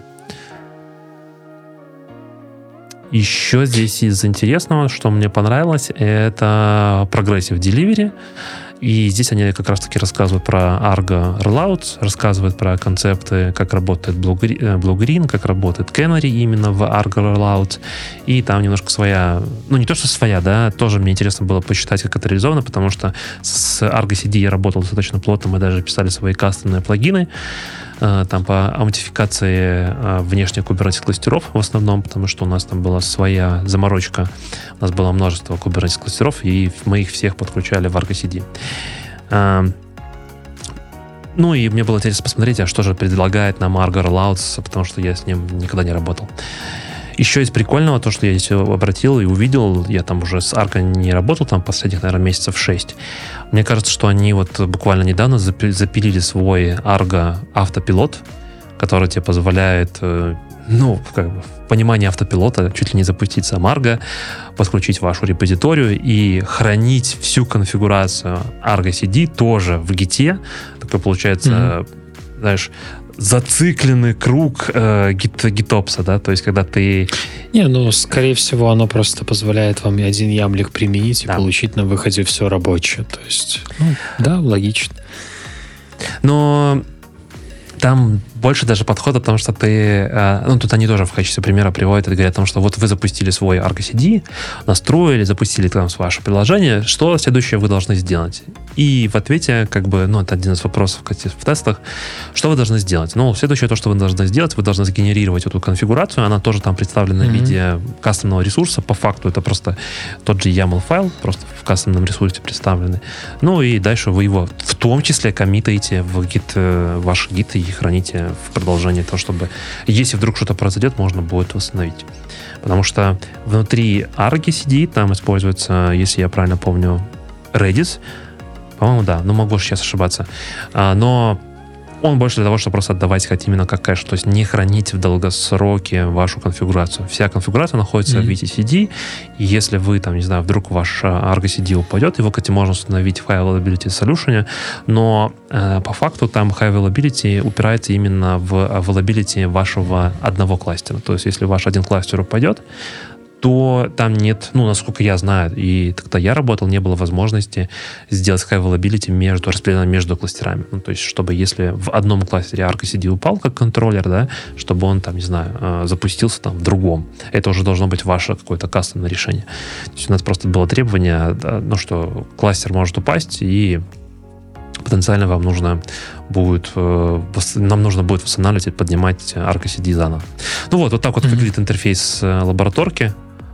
Еще здесь из интересного, что мне понравилось, это Progressive Delivery. И здесь они как раз-таки рассказывают про Argo Rollouts, рассказывают про концепты, как работает Blue Green, как работает Canary именно в Argo Rollouts. И там немножко своя... не то, что своя, да, тоже мне интересно было посчитать, как это реализовано, потому что с Argo CD я работал достаточно плотно, мы даже писали свои кастомные плагины там по аутентификации внешних Kubernetes кластеров в основном, потому что у нас там была своя заморочка. У нас было множество Kubernetes кластеров, и мы их всех подключали в Argo CD. И мне было интересно посмотреть, а что же предлагает нам Argo Rollouts, потому что я с ним никогда не работал. Еще из прикольного, то, что я здесь обратил и увидел, я там уже с Argo не работал, там последних, наверное, месяцев 6. Мне кажется, что они буквально недавно запилили свой Argo автопилот, который тебе позволяет, в понимании автопилота чуть ли не запустить сам Argo, подключить вашу репозиторию и хранить всю конфигурацию Argo CD тоже в Git. Такой получается знаешь, зацикленный круг гитопса, да, то есть когда ты... Не, ну, скорее всего, оно просто позволяет вам один ямлик применить и получить на выходе все рабочее. То есть, ну, да, логично. Но там больше даже подхода, потому что ты... Ну, тут они тоже в качестве примера приводят и говорят о том, что вот вы запустили свой Argo CD, настроили, запустили там ваше приложение, что следующее вы должны сделать? И в ответе, как бы, ну, это один из вопросов в тестах, что вы должны сделать? Ну, следующее то, что вы должны сделать, вы должны сгенерировать эту конфигурацию, она тоже там представлена в виде кастомного ресурса, по факту это просто тот же YAML файл, просто в кастомном ресурсе представленный. Ну, и дальше вы его в том числе коммитаете в Git, ваш Git и храните в продолжение того, чтобы, если вдруг что-то произойдет, можно будет восстановить. Потому что внутри Argo CD там используется, если я правильно помню, Redis. По-моему, да, но могу сейчас ошибаться. Но он больше для того, чтобы просто отдавать хоть именно как кэш, то есть не хранить в долгосроке вашу конфигурацию. Вся конфигурация находится в виде CD, и если вы, там, не знаю, вдруг ваш Argo CD упадет, его, кстати, можно установить в High Availability Solution, но по факту там High Availability упирается именно в availability вашего одного кластера. То есть если ваш один кластер упадет, то там нет, ну, насколько я знаю, и когда я работал, не было возможности сделать high availability распределенно между кластерами. Ну, то есть, чтобы если в одном кластере Argo CD упал как контроллер, да, чтобы он там, не знаю, запустился там в другом. Это уже должно быть ваше какое-то кастомное решение. То есть у нас просто было требование, ну, что кластер может упасть, и потенциально вам нужно будет, нам нужно будет восстанавливать и поднимать Argo CD заново. Ну вот так вот выглядит интерфейс лабораторки.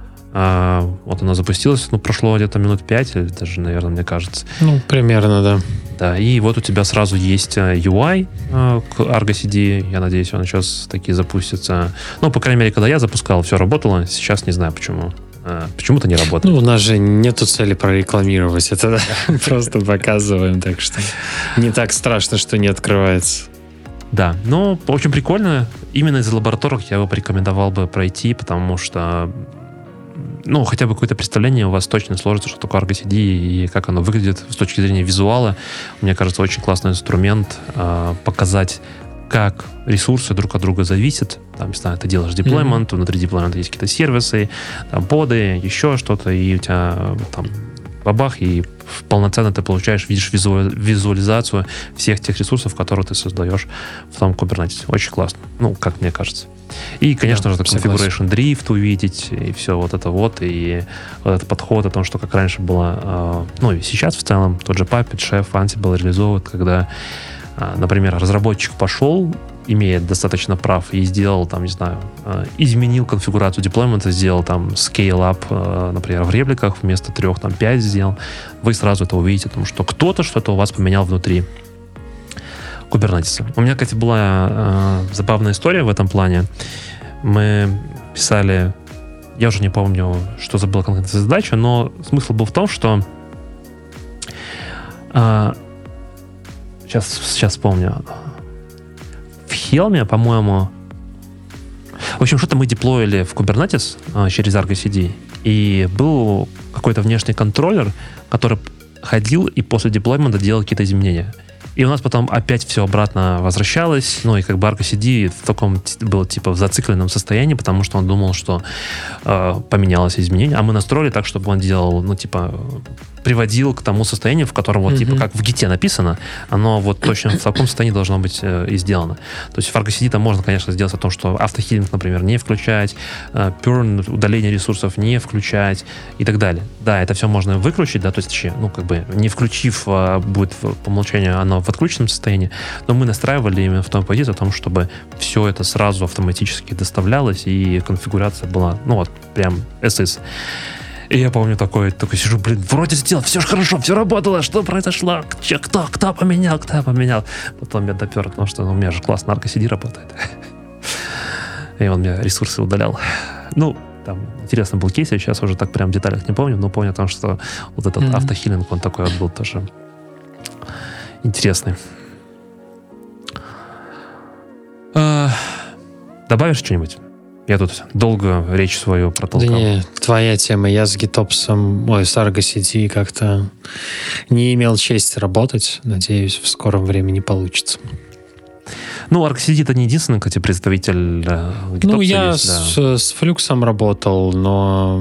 Вот она запустилась, ну, прошло где-то минут 5, или даже, наверное, мне кажется. Ну, примерно, да. Да, и вот у тебя сразу есть UI к Argo CD. Я надеюсь, он сейчас таки запустится. Ну, по крайней мере, когда я запускал, все работало. Сейчас не знаю, почему. Почему-то не работает. Ну, у нас же нету цели прорекламировать. Это просто показываем, так что не так страшно, что не открывается. Да, но очень прикольно. Именно из лабораторок я бы порекомендовал бы пройти, потому что ну, хотя бы какое-то представление у вас точно сложится, что такое Argo CD и как оно выглядит с точки зрения визуала. Мне кажется, очень классный инструмент показать, как ресурсы друг от друга зависят. Там, не знаю, ты делаешь деплоймент, внутри деплоймента есть какие-то сервисы, там, поды, еще что-то, и у тебя там бабах, и полноценно ты получаешь, видишь визуализацию всех тех ресурсов, которые ты создаешь в том Kubernetes. Очень классно. Ну, как мне кажется. И, конечно же, configuration drift увидеть, и все вот это вот, и вот этот подход о том, что как раньше было, ну, и сейчас в целом, тот же Puppet, Chef, Ansible реализовывают, когда, например, разработчик пошел, имея достаточно прав, и сделал, там, не знаю, изменил конфигурацию деплоймента, сделал там scale-up, например, в репликах, вместо 3, там, 5 сделал, вы сразу это увидите, потому что кто-то что-то у вас поменял внутри Kubernetes. У меня, кстати, была забавная история в этом плане. Мы писали, я уже не помню, что за была конкретная задача, но смысл был в том, что сейчас вспомню. В Helm, по-моему, в общем, что-то мы деплоили в Kubernetes через Argo CD, и был какой-то внешний контроллер, который ходил и после деплоймента делал какие-то изменения. И у нас потом опять все обратно возвращалось. Ну, и как бы Argo CD в таком был типа в зацикленном состоянии, потому что он думал, что поменялось изменение. А мы настроили так, чтобы он делал, ну, типа, приводил к тому состоянию, в котором вот, типа, как в гите написано, оно вот точно в таком состоянии должно быть и сделано. То есть в Argo CD там можно, конечно, сделать о том, что автохилинг, например, не включать, Purn, удаление ресурсов не включать и так далее. Да, это все можно выключить, да, то есть, ну, как бы, не включив, будет по умолчанию оно в отключенном состоянии, но мы настраивали именно в том позицию о том, чтобы все это сразу автоматически доставлялось, и конфигурация была, ну, вот, прям SS. И я помню, такой сижу, блин, вроде сделал, все же хорошо, все работало, что произошло? Кто поменял? Потом я допер, потому что у меня же классно Argo CD работает. И он мне ресурсы удалял. Ну, там интересный был кейс, я сейчас уже так прям в деталях не помню, но помню о том, что вот этот автохилинг, он такой вот был тоже интересный. Добавишь что-нибудь? Я тут долго речь свою протолкал. Да не, твоя тема. Я с гитопсом, с Argo CD как-то не имел чести работать. Надеюсь, в скором времени получится. Ну, Arc CD это не единственный, кстати, представитель GitOps. Ну, я есть, да. с Flux работал, но...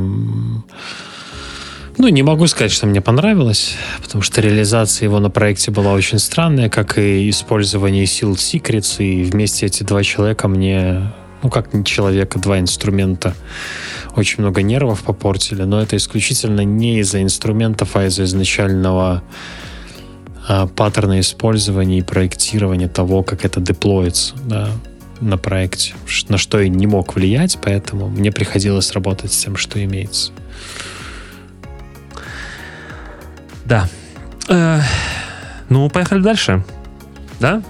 Ну, не могу сказать, что мне понравилось, потому что реализация его на проекте была очень странная, как и использование Sealed Secrets, и вместе эти два человека мне, ну, как не человека, два инструмента, очень много нервов попортили, но это исключительно не из-за инструментов, а из-за изначального паттерна использования и проектирования того, как это деплоится, да, на проекте, на что я не мог влиять, поэтому мне приходилось работать с тем, что имеется. Да. Ну, поехали дальше. Да,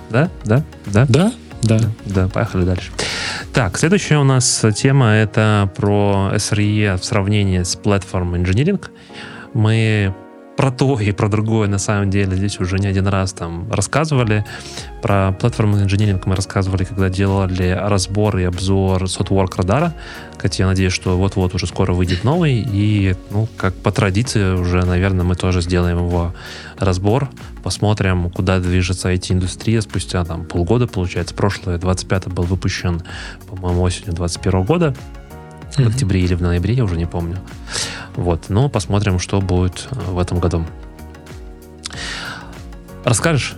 поехали дальше. Так, следующая у нас тема — это про SRE в сравнении с Platform Engineering. Мы про то и про другое, на самом деле, здесь уже не один раз там рассказывали. Про Platform Engineering мы рассказывали, когда делали разбор и обзор SOTWORK радара. Кстати, я надеюсь, что вот-вот уже скоро выйдет новый. И, ну, как по традиции уже, наверное, мы тоже сделаем его разбор. Посмотрим, куда движется IT-индустрия спустя там полгода, получается. Прошлый, 25-й, был выпущен, по-моему, осенью 21 года. В октябре или в ноябре, я уже не помню. Вот, но посмотрим, что будет в этом году. Расскажешь?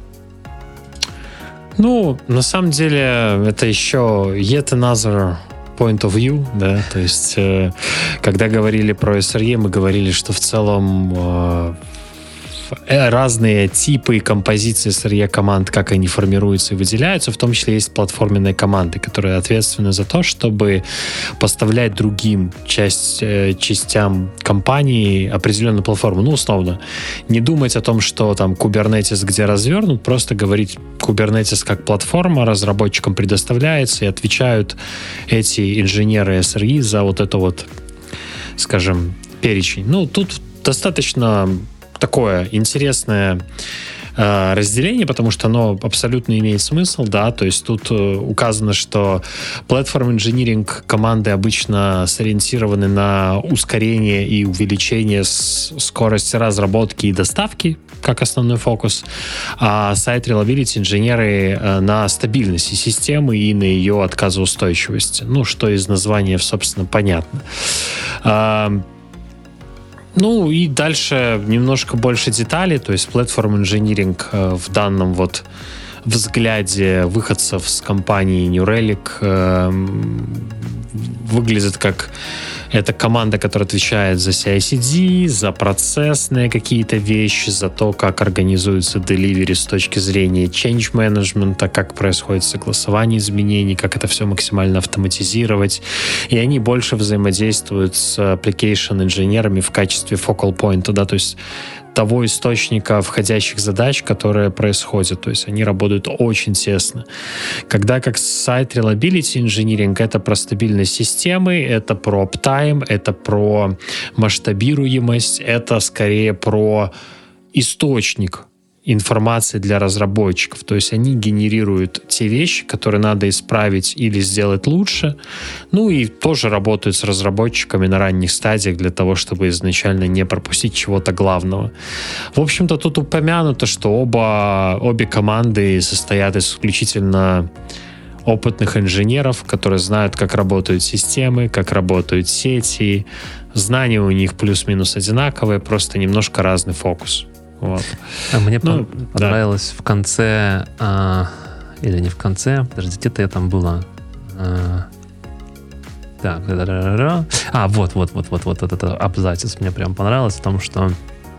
Ну, на самом деле, это еще yet another point of view, да, то есть, когда говорили про SRE, мы говорили, что в целом разные типы и композиции SRE команд, как они формируются и выделяются, в том числе есть платформенные команды, которые ответственны за то, чтобы поставлять другим частям компании определенную платформу. Ну, условно, не думать о том, что там Kubernetes где развернут, просто говорить Kubernetes как платформа разработчикам предоставляется, и отвечают эти инженеры SRE за вот это вот, скажем, перечень. Ну, тут достаточно такое интересное разделение, потому что оно абсолютно имеет смысл, да, то есть тут указано, что Platform Engineering команды обычно сориентированы на ускорение и увеличение скорости разработки и доставки, как основной фокус, а Site Reliability инженеры на стабильности системы и на ее отказоустойчивости, ну, что из названия, собственно, понятно. Ну и дальше немножко больше деталей, то есть Platform Engineering в данном вот взгляде выходцев с компании New Relic выглядит как это команда, которая отвечает за CI/CD, за процессные какие-то вещи, за то, как организуется delivery с точки зрения change management, как происходит согласование изменений, как это все максимально автоматизировать. И они больше взаимодействуют с application инженерами в качестве focal point, да, то есть того источника входящих задач, которые происходят. То есть они работают очень тесно. Когда как Site Reliability Engineering — это про стабильность системы, это про uptime, это про масштабируемость, это скорее про источник информации для разработчиков. То есть они генерируют те вещи, которые надо исправить или сделать лучше. Ну и тоже работают с разработчиками на ранних стадиях для того, чтобы изначально не пропустить чего-то главного. В общем-то, тут упомянуто, что обе команды состоят исключительно опытных инженеров, которые знают, как работают системы, как работают сети. Знания у них плюс-минус одинаковые, просто немножко разный фокус. Вот. Мне понравилось в конце, или не в конце, подожди, где-то я там была. Так, вот этот абзац мне прям понравилось, в том, что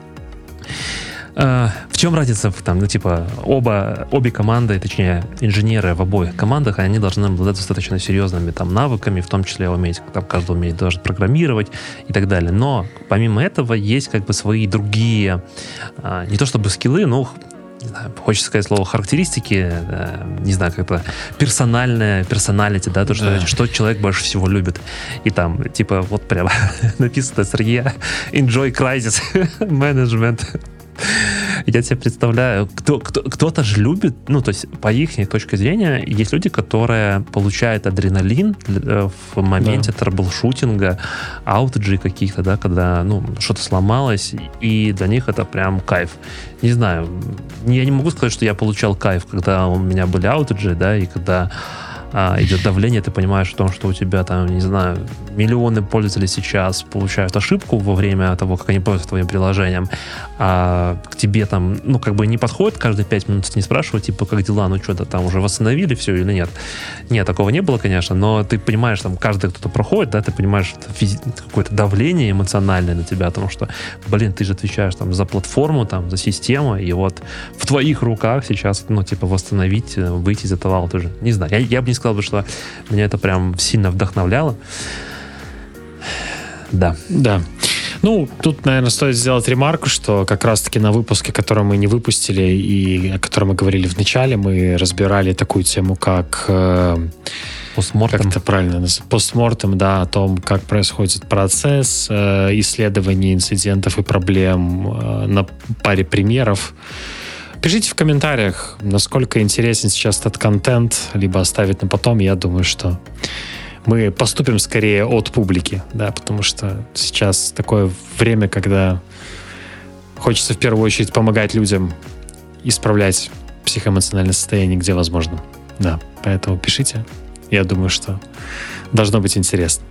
в чем разница, там, ну, типа, обе команды, точнее, инженеры в обоих командах, они должны обладать достаточно серьезными там навыками, в том числе уметь, там, каждый умеет даже программировать и так далее. Но помимо этого есть как бы свои другие, не то чтобы скиллы, но, не знаю, хочется сказать слово характеристики, не знаю, как-то персоналити, да, то, что человек больше всего любит. И там, типа, вот прям написано SRE, Enjoy Crisis Management. Я себе представляю, кто-то же любит, ну, то есть, по их точке зрения, есть люди, которые получают адреналин в моменте трэблшутинга, аутеджей каких-то, да, когда, ну, что-то сломалось, и для них это прям кайф. Не знаю, я не могу сказать, что я получал кайф, когда у меня были аутеджи, да, и когда идет давление, ты понимаешь о том, что у тебя там, не знаю, миллионы пользователей сейчас получают ошибку во время того, как они пользуются твоим приложением, а к тебе там, ну, как бы не подходит каждые 5 минут, не спрашивают, типа, как дела, ну, что-то там уже восстановили все или нет. Нет, такого не было, конечно, но ты понимаешь, там, каждый кто-то проходит, да, ты понимаешь какое-то давление эмоциональное на тебя, потому что, блин, ты же отвечаешь там за платформу, там, за систему, и вот в твоих руках сейчас, ну, типа, восстановить, выйти из этого аута. Не знаю, я бы не сказал бы, что меня это прям сильно вдохновляло. Да. Да. Ну, тут, наверное, стоит сделать ремарку, что как раз-таки на выпуске, который мы не выпустили и о котором мы говорили в начале, мы разбирали такую тему, как постмортем. Как это правильно называется? Постмортем, да, о том, как происходит процесс исследования инцидентов и проблем на паре примеров. Пишите в комментариях, насколько интересен сейчас этот контент, либо оставить на потом. Я думаю, что мы поступим скорее от публики, да, потому что сейчас такое время, когда хочется в первую очередь помогать людям исправлять психоэмоциональное состояние, где возможно. Да, поэтому пишите. Я думаю, что должно быть интересно.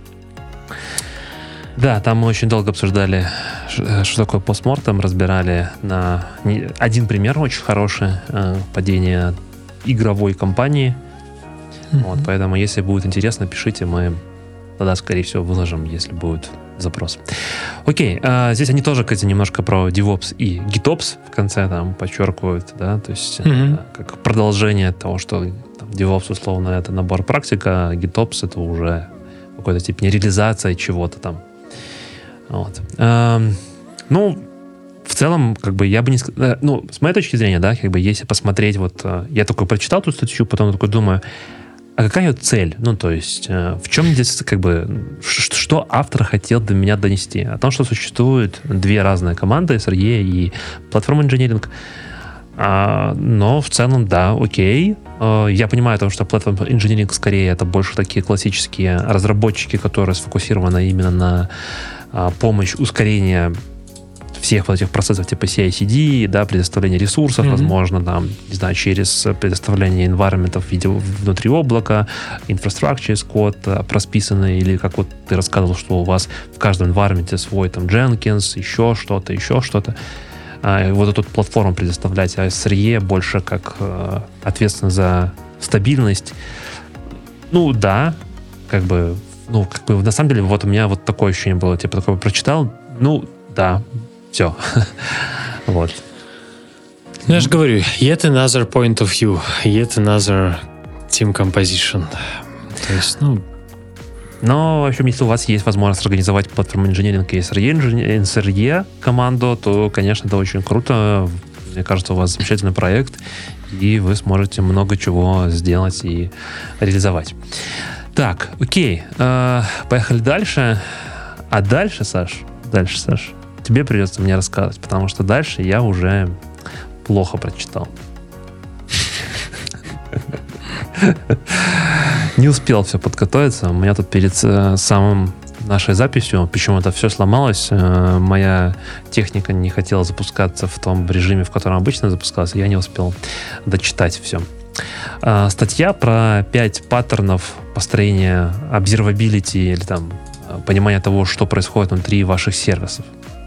Да, там мы очень долго обсуждали, что такое постмортем, разбирали на один пример очень хороший падение игровой компании. Вот, поэтому, если будет интересно, пишите, мы тогда, скорее всего, выложим, если будет запрос. Окей, здесь они тоже, кстати, немножко про DevOps и GitOps в конце там подчеркивают, да, то есть как продолжение того, что там, DevOps, условно, это набор практик, а GitOps это уже в какой-то степени реализация чего-то там. Вот. Ну, в целом, как бы я бы не сказал, ну, с моей точки зрения, да, как бы если посмотреть, вот я такой прочитал эту статью, потом такой думаю, а какая ее цель? Ну, то есть, в чем здесь, как бы, что автор хотел до меня донести? О том, что существуют две разные команды, SRE и Platform Engineering. Но в целом, да, окей. Я понимаю, что Platform Engineering скорее это больше такие классические разработчики, которые сфокусированы именно на помощь ускорения всех вот этих процессов типа CI/CD, да, предоставление ресурсов, возможно, там, не знаю, через предоставление environment в виде внутри облака, infrastructure as code просписанный, или как вот ты рассказывал, что у вас в каждом environment свой там Jenkins, еще что-то. Вот эту платформу предоставлять, а SRE больше как ответственно за стабильность. Ну, да, как бы на самом деле, вот у меня вот такое ощущение было, типа, такое прочитал, ну, да, все. Вот. Ну, я же говорю, yet another point of view, yet another team composition. То есть, Но, в общем, если у вас есть возможность организовать платформу инженеринг и SRE команду, то, конечно, это очень круто. Мне кажется, у вас замечательный проект, и вы сможете много чего сделать и реализовать. Так, окей. Поехали дальше. А дальше, Саш, тебе придется мне рассказывать, потому что дальше я уже плохо прочитал. Не успел все подготовиться. У меня тут перед самым нашей записью, почему это все сломалось, моя техника не хотела запускаться в том режиме, в котором обычно запускалась, и я не успел дочитать все. Статья про 5 паттернов построения observability или там понимания того, что происходит внутри ваших сервисов.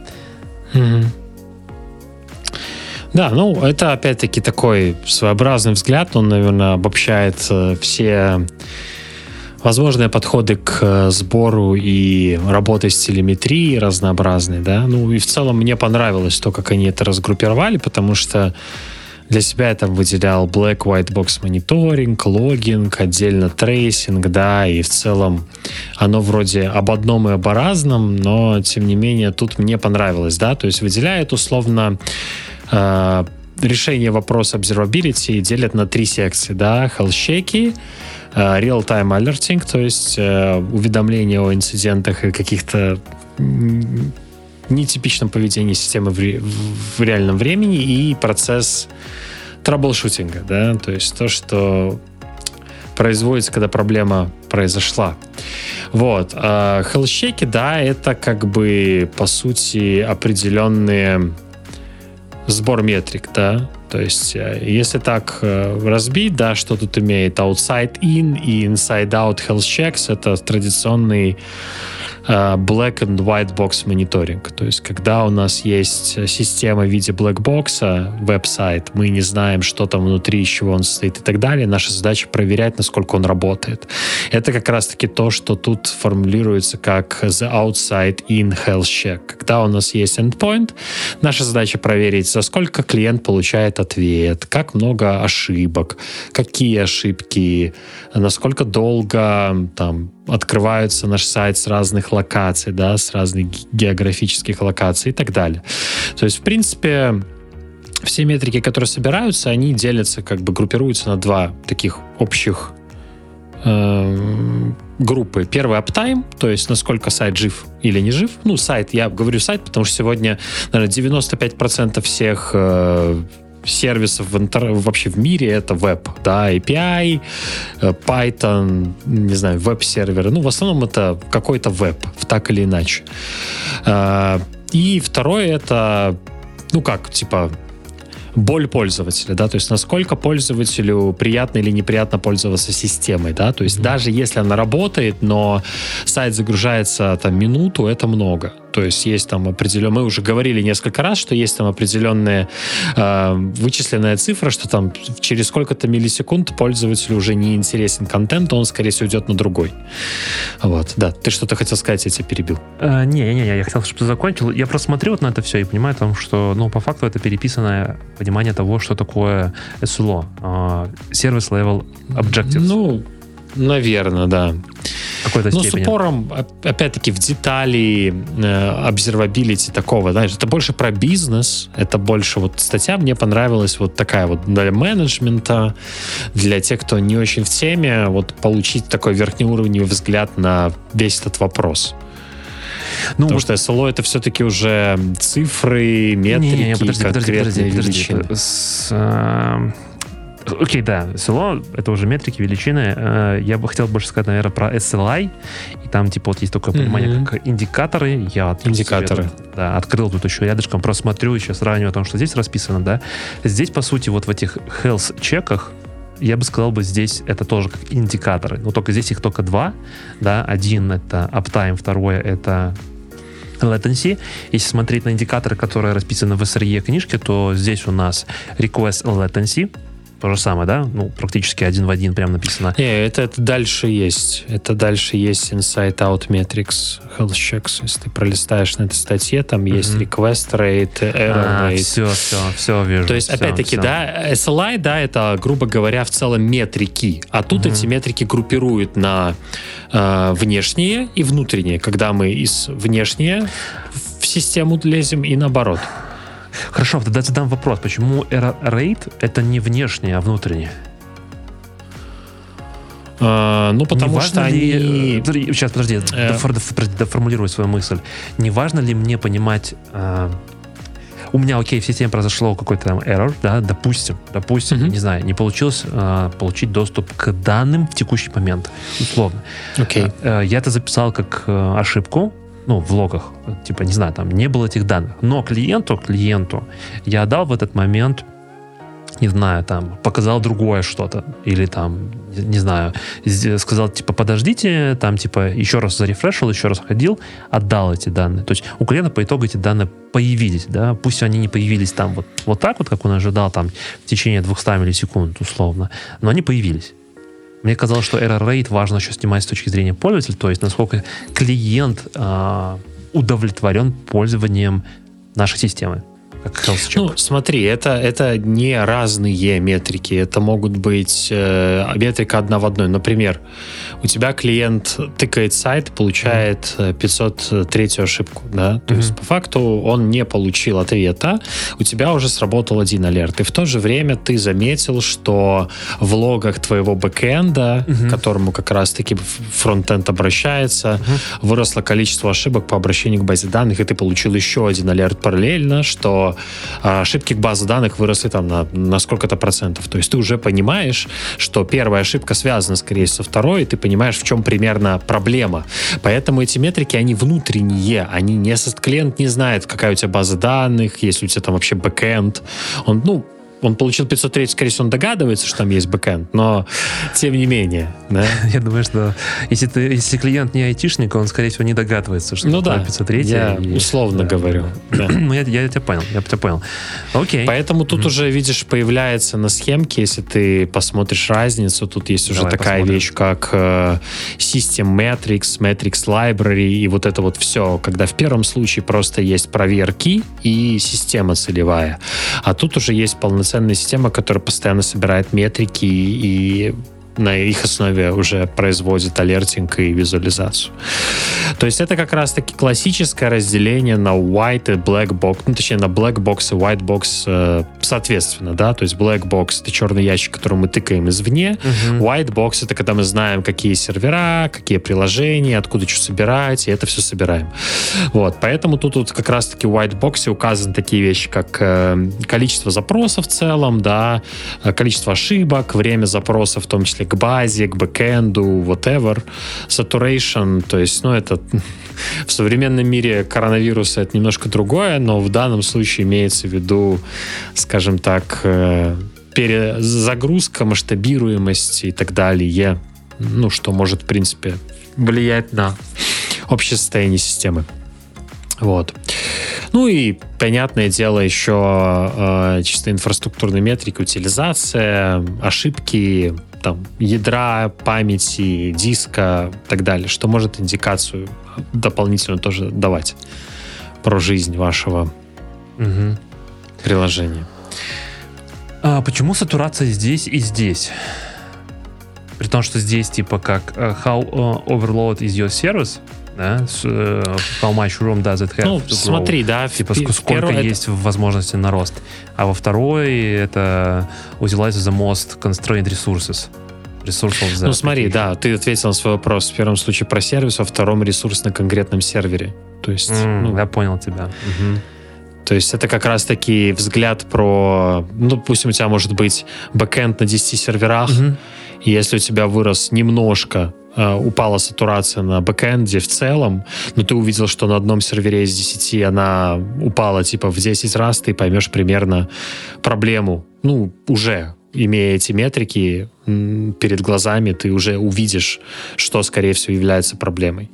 Да, это опять-таки такой своеобразный взгляд, он, наверное, обобщает все возможные подходы к сбору и работе с телеметрией разнообразной, да, и в целом мне понравилось то, как они это разгруппировали, потому что для себя я там выделял Black White Box мониторинг, логинг, отдельно трейсинг, да, и в целом оно вроде об одном и об разном, но тем не менее тут мне понравилось, да, то есть выделяет условно решение вопроса observability делят на 3 секции, да, health-чеки, real-time alerting, то есть уведомления о инцидентах и каких-то нетипичном поведении системы в реальном времени и процесс траблшутинга, да, то есть то, что производится, когда проблема произошла. Вот. А health-чеки, да, это как бы, по сути, определенный сбор метрик, да, то есть если так разбить, да, что тут имеет outside-in и inside-out health checks, это традиционный black and white box мониторинг. То есть, когда у нас есть система в виде black box, веб-сайт, мы не знаем, что там внутри, из чего он состоит и так далее, наша задача проверять, насколько он работает. Это как раз-таки то, что тут формулируется как the outside-in health check. Когда у нас есть endpoint, наша задача проверить, за сколько клиент получает ответ, как много ошибок, какие ошибки, насколько долго там открывается наш сайт с разных локаций, да, с разных географических локаций и так далее. То есть, в принципе, все метрики, которые собираются, они делятся, как бы группируются на два таких общих группы. Первый uptime, то есть насколько сайт жив или не жив. Ну, сайт, я говорю сайт, потому что сегодня, наверное, 95% всех сервисов вообще в мире это веб, да, API, Python, не знаю, веб-серверы. Ну, в основном это какой-то веб, так или иначе. И второе это, ну как, типа боль пользователя, да, то есть насколько пользователю приятно или неприятно пользоваться системой, да, то есть даже если она работает, но сайт загружается там минуту, это много. То есть есть там определенные... Мы уже говорили несколько раз, что есть там определенная вычисленная цифра, что там через сколько-то миллисекунд пользователю уже не интересен контент, он, скорее всего, уйдет на другой. Вот, да. Ты что-то хотел сказать, я тебя перебил. Не, я хотел, чтобы ты закончил. Я просто смотрю вот на это все и понимаю, там, что, ну, по факту это переписанное понимание того, что такое SLO. Service Level Objectives. Ну, наверное, да. Но с упором, опять-таки, в детали, обсервабилити такого, знаешь, это больше про бизнес, это больше вот статья мне понравилась вот такая вот для менеджмента, для тех, кто не очень в теме, вот получить такой верхнеуровневый взгляд на весь этот вопрос. Ну, потому что SLO это все-таки уже цифры, метрики, конкретные величины. Окей, да, SLO — это уже метрики, величины. Я бы хотел больше сказать, наверное, про SLI. И там, типа, вот есть такое понимание, как индикаторы. Я открыл тут еще рядышком, просмотрю, еще сравниваю о том, что здесь расписано, да. Здесь, по сути, вот в этих health-чеках, я бы сказал, здесь это тоже как индикаторы. Но только здесь их только два, да. Один — это uptime, второе — это latency. Если смотреть на индикаторы, которые расписаны в SRE книжке, то здесь у нас request latency. То же самое, да? Ну, практически один в один прям написано. Это дальше есть. Это дальше есть Inside-Out Metrics, Health Checks. Если ты пролистаешь на этой статье, там есть Request Rate, Error Rate. Все вижу. То есть, опять-таки, да, SLI, да, это, грубо говоря, в целом метрики. А тут эти метрики группируют на внешние и внутренние, когда мы из внешние в систему лезем и наоборот. Хорошо, тогда задам вопрос. Почему error rate — это не внешнее, а внутреннее? Ну, потому что они... Сейчас, подожди, доформулирую свою мысль. Не важно ли мне понимать... У меня, окей, в системе произошло какой-то там error, да, допустим, не знаю, не получилось получить доступ к данным в текущий момент, условно. Я это записал как ошибку, ну, в логах, типа, не знаю, там не было этих данных. Но клиенту я дал в этот момент, не знаю, там, показал другое что-то. Или там, не знаю, сказал, типа, подождите, там, типа, еще раз зарефрешил, еще раз ходил, отдал эти данные. То есть у клиента по итогу эти данные появились, да, пусть они не появились там вот так вот, как он ожидал, там, в течение 200 миллисекунд, условно, но они появились. Мне казалось, что error rate важно еще снимать с точки зрения пользователя, то есть насколько клиент удовлетворен пользованием нашей системы. как health check? Ну, смотри, это не разные метрики. Это могут быть метрика одна в одной. Например, у тебя клиент тыкает сайт, получает 503-ю ошибку. Да? То есть, по факту, он не получил ответа, у тебя уже сработал один алерт. И в то же время ты заметил, что в логах твоего бэкэнда, к которому как раз-таки фронтенд обращается, выросло количество ошибок по обращению к базе данных, и ты получил еще один алерт параллельно, что ошибки к базе данных выросли там на сколько-то процентов. То есть ты уже понимаешь, что первая ошибка связана, скорее, со второй, и ты понимаешь, в чем примерно проблема. Поэтому эти метрики, они внутренние, они не клиент не знает, какая у тебя база данных, если у тебя там вообще бэкэнд. Он получил 503, скорее всего, он догадывается, что там есть бэкэнд, но тем не менее. Да? Я думаю, что если клиент не айтишник, он, скорее всего, не догадывается, что такое 503. Я условно говорю. Да. Ну, я тебя понял. Окей. Поэтому тут уже, видишь, появляется на схемке, если ты посмотришь разницу, тут есть уже такая вещь, как System Metrics, Metrics Library и вот это вот все, когда в первом случае просто есть проверки и система целевая. А тут уже есть полноценная система, которая постоянно собирает метрики и на их основе уже производит алертинг и визуализацию. То есть это как раз-таки классическое разделение на white и black box, ну, точнее, на black box и white box соответственно, да, то есть black box — это черный ящик, который мы тыкаем извне, white box — это когда мы знаем, какие сервера, какие приложения, откуда что собирать, и это все собираем. Вот, поэтому тут как раз-таки в white box указаны такие вещи, как количество запросов в целом, да, количество ошибок, время запроса, в том числе к базе, к бэкэнду, whatever, saturation, то есть, это в современном мире коронавируса это немножко другое, но в данном случае имеется в виду, скажем так, перезагрузка, масштабируемость и так далее, что может, в принципе, влиять на общее состояние системы. Вот. Ну и, понятное дело, еще чисто инфраструктурные метрики, утилизация, ошибки, там, ядра, памяти, диска и так далее, что может индикацию дополнительно тоже давать про жизнь вашего приложения. А почему сатурация здесь и здесь? При том, что здесь типа как how overload is your service, да? How much room does it have? Смотри, да. Типа сколько есть возможности на рост. А во второй это utilize the most constrained resources. Смотри, да, ты ответил на свой вопрос. В первом случае про сервис, во втором ресурс на конкретном сервере. То есть, я понял тебя. То есть это как раз-таки взгляд про... допустим, у тебя может быть бэкэнд на 10 серверах, и если у тебя вырос немножко, упала сатурация на бэкэнде в целом, но ты увидел, что на одном сервере из 10 она упала типа в 10 раз, ты поймешь примерно проблему. Уже имея эти метрики перед глазами, ты уже увидишь, что, скорее всего, является проблемой.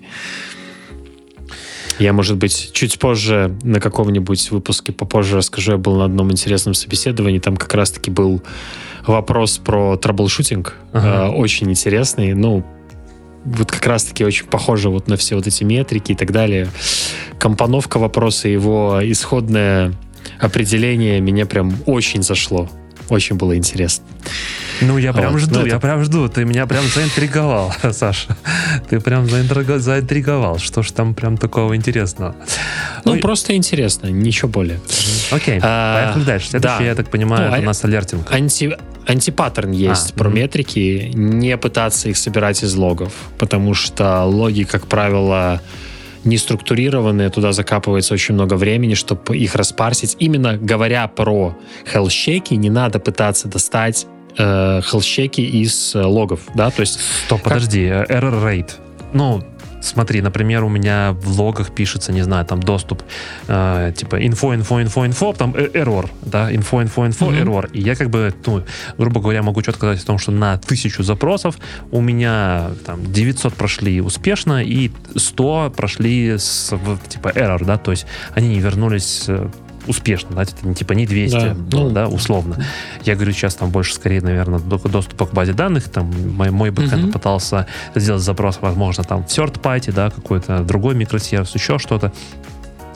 Я, может быть, чуть позже на каком-нибудь выпуске попозже расскажу. Я был на одном интересном собеседовании. Там как раз-таки был вопрос про траблшутинг. Очень интересный. Вот как раз-таки очень похоже вот на все вот эти метрики и так далее. Компоновка вопроса, его исходное определение меня прям очень зашло. Очень было интересно. Я прям жду. Ты меня прям заинтриговал, Саша. Ты прям заинтриговал. Что ж там прям такого интересного? Просто интересно, ничего более. Окей, поехали дальше. Следующий, я так понимаю, это у нас алертинг. Антипаттерн есть про метрики. Не пытаться их собирать из логов, потому что логи, как правило, не структурированные, туда закапывается очень много времени, чтобы их распарсить. Именно говоря про health-чеки, не надо пытаться достать health-чеки из логов, да, то есть... Стоп, подожди, error rate. Смотри, например, у меня в логах пишется, не знаю, там доступ, типа info, там error, да, info, error. И я грубо говоря, могу четко сказать о том, что на 1000 запросов у меня там 900 прошли успешно и 100 прошли с типа error, да, то есть они не вернулись успешно, да, это типа не 200, да, условно. Я говорю сейчас там больше, скорее, наверное, доступа к базе данных, там мой бэкэнд пытался сделать запрос, возможно, там в third party, да, какой-то другой микросервис, еще что-то.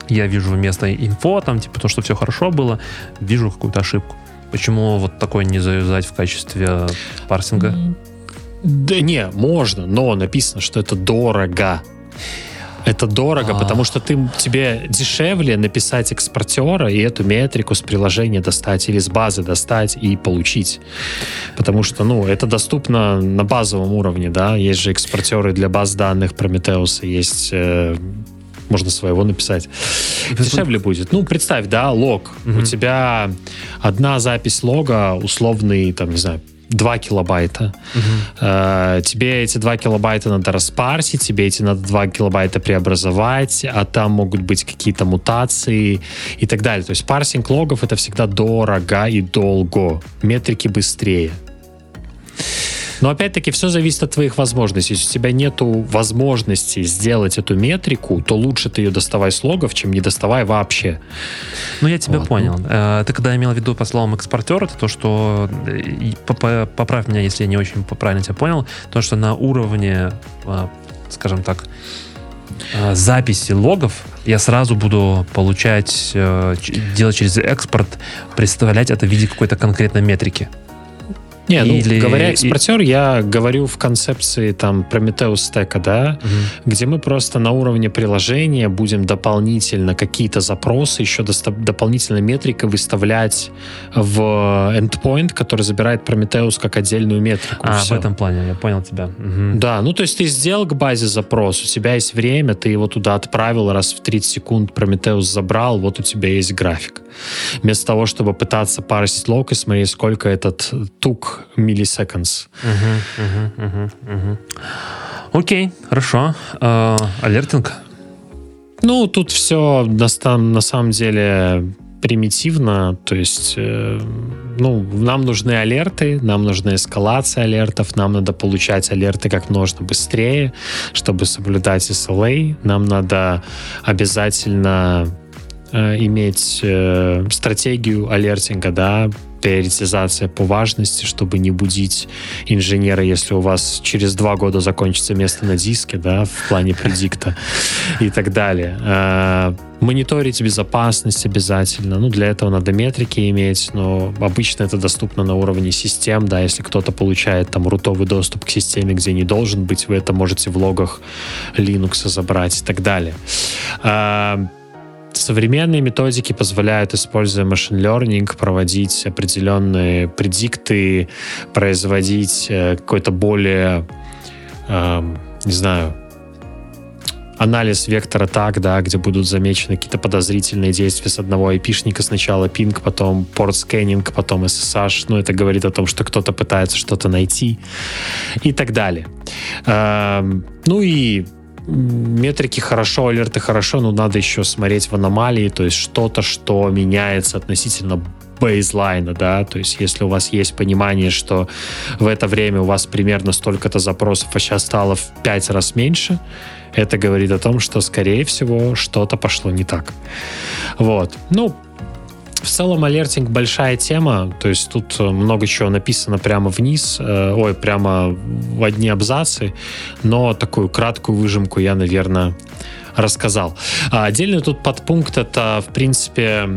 я вижу вместо инфо, там, типа, то, что все хорошо было, вижу какую-то ошибку. Почему вот такое не завязать в качестве парсинга? Да не, можно, но написано, что это дорого. Это дорого, потому что тебе дешевле написать экспортера и эту метрику с приложения достать или с базы достать и получить. Потому что, это доступно на базовом уровне, да. Есть же экспортеры для баз данных Prometheus, есть... можно своего написать. Дешевле будет. Представь, да, лог. У тебя одна запись лога, условный, там, не знаю, 2 килобайта. Тебе эти 2 килобайта надо распарсить, тебе эти надо 2 килобайта преобразовать, а там могут быть какие-то мутации и так далее. То есть парсинг логов — это всегда дорого и долго. Метрики быстрее. Но опять-таки все зависит от твоих возможностей. Если у тебя нету возможности сделать эту метрику, то лучше ты ее доставай с логов, чем не доставай вообще. Я тебя понял. Ты когда имел в виду по словам экспортер, это то, что, поправь меня, если я не очень правильно тебя понял, то, что на уровне, скажем так, записи логов я сразу буду получать, делать через экспорт, представлять это в виде какой-то конкретной метрики. Говоря экспортер, я говорю в концепции там Prometheus стека, да, где мы просто на уровне приложения будем дополнительно какие-то запросы, еще дополнительно метрикой выставлять в endpoint, который забирает Prometheus как отдельную метрику. В этом плане, я понял тебя. Да, то есть ты сделал к базе запрос, у тебя есть время, ты его туда отправил, раз в 30 секунд Prometheus забрал, вот у тебя есть график. Вместо того, чтобы пытаться парсить лог и смотреть, сколько этот took milliseconds. Окей, хорошо. Алертинг? Тут все на самом деле примитивно, то есть нам нужны алерты, нам нужна эскалация алертов, нам надо получать алерты как можно быстрее, чтобы соблюдать SLA, нам надо обязательно иметь стратегию алертинга, да, приоритизация по важности, чтобы не будить инженера, если у вас через 2 года закончится место на диске, да, в плане предикта и так далее. Мониторить безопасность обязательно. Для этого надо метрики иметь, но обычно это доступно на уровне систем, да, если кто-то получает там рутовый доступ к системе, где не должен быть, вы это можете в логах Linux забрать и так далее. Современные методики позволяют, используя machine learning, проводить определенные предикты, производить какой-то более, анализ вектора атак, да, где будут замечены какие-то подозрительные действия с одного айпишника. Сначала пинг, потом порт-скэннинг, потом SSH. Это говорит о том, что кто-то пытается что-то найти и так далее. И метрики хорошо, алерты хорошо, но надо еще смотреть в аномалии, то есть что-то, что меняется относительно бейзлайна, да, то есть если у вас есть понимание, что в это время у вас примерно столько-то запросов, а сейчас стало в 5 раз меньше, это говорит о том, что, скорее всего, что-то пошло не так. В целом алертинг большая тема, то есть тут много чего написано прямо вниз, прямо в одни абзацы, но такую краткую выжимку я, наверное, рассказал. Отдельный тут подпункт — это, в принципе,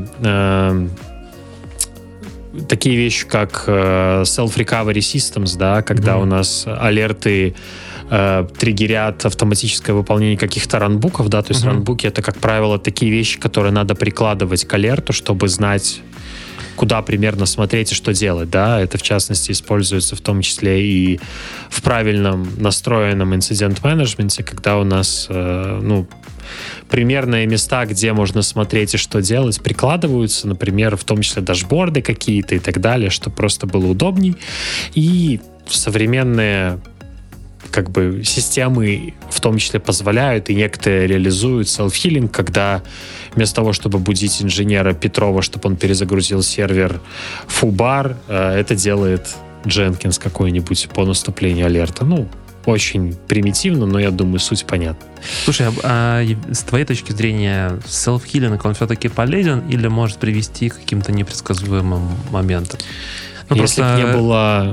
такие вещи, как self-recovery systems, да, когда у нас алерты триггерят автоматическое выполнение каких-то ранбуков, да, то есть ранбуки — это, как правило, такие вещи, которые надо прикладывать к алерту, чтобы знать, куда примерно смотреть и что делать, да, это, в частности, используется в том числе и в правильном настроенном инцидент-менеджменте, когда у нас, примерные места, где можно смотреть и что делать, прикладываются, например, в том числе дашборды какие-то и так далее, чтобы просто было удобней, и современные системы в том числе позволяют, и некоторые реализуют self-healing, когда вместо того, чтобы будить инженера Петрова, чтобы он перезагрузил сервер FUBAR, это делает Jenkins какой-нибудь по наступлению алерта. Очень примитивно, но я думаю, суть понятна. Слушай, а с твоей точки зрения self-healing, он все-таки полезен или может привести к каким-то непредсказуемым моментам? Если бы не было...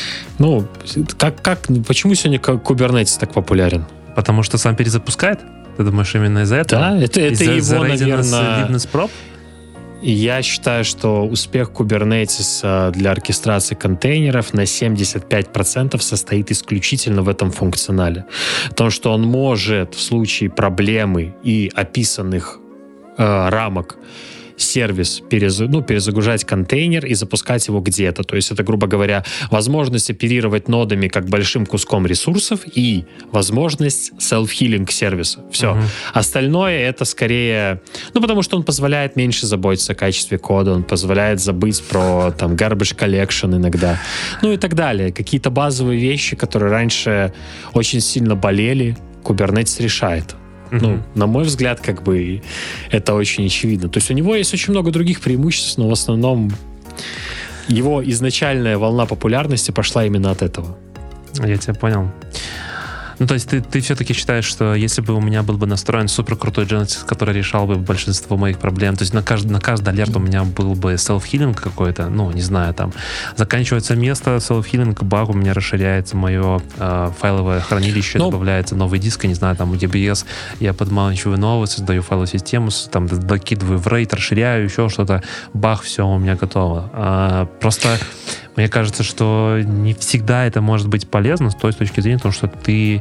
почему сегодня Kubernetes так популярен? Потому что сам перезапускает? Ты думаешь, именно из-за этого? Да, это его, наверное... Libness Prop? Я считаю, что успех Kubernetes для оркестрации контейнеров на 75% состоит исключительно в этом функционале. Потому что он может в случае проблемы и описанных рамок сервис перезагружать контейнер и запускать его где-то. То есть это, грубо говоря, возможность оперировать нодами как большим куском ресурсов и возможность self-healing сервиса. Все. Остальное это скорее... потому что он позволяет меньше заботиться о качестве кода, он позволяет забыть про там garbage collection иногда. И так далее. Какие-то базовые вещи, которые раньше очень сильно болели, Kubernetes решает. На мой взгляд, это очень очевидно. То есть у него есть очень много других преимуществ, но в основном его изначальная волна популярности пошла именно от этого. Я тебя понял. То есть ты все-таки считаешь, что если бы у меня был бы настроен супер крутой Genesis, который решал бы большинство моих проблем, то есть на каждый алерт у меня был бы self-healing какой-то, не знаю, там заканчивается место, self-healing, баг, у меня расширяется мое файловое хранилище, добавляется новый диск, я не знаю, там EBS, я подманчиваю новый, создаю файловую систему, там докидываю в RAID, расширяю, еще что-то, бах, все, у меня готово. Просто мне кажется, что не всегда это может быть полезно с той точки зрения, потому что ты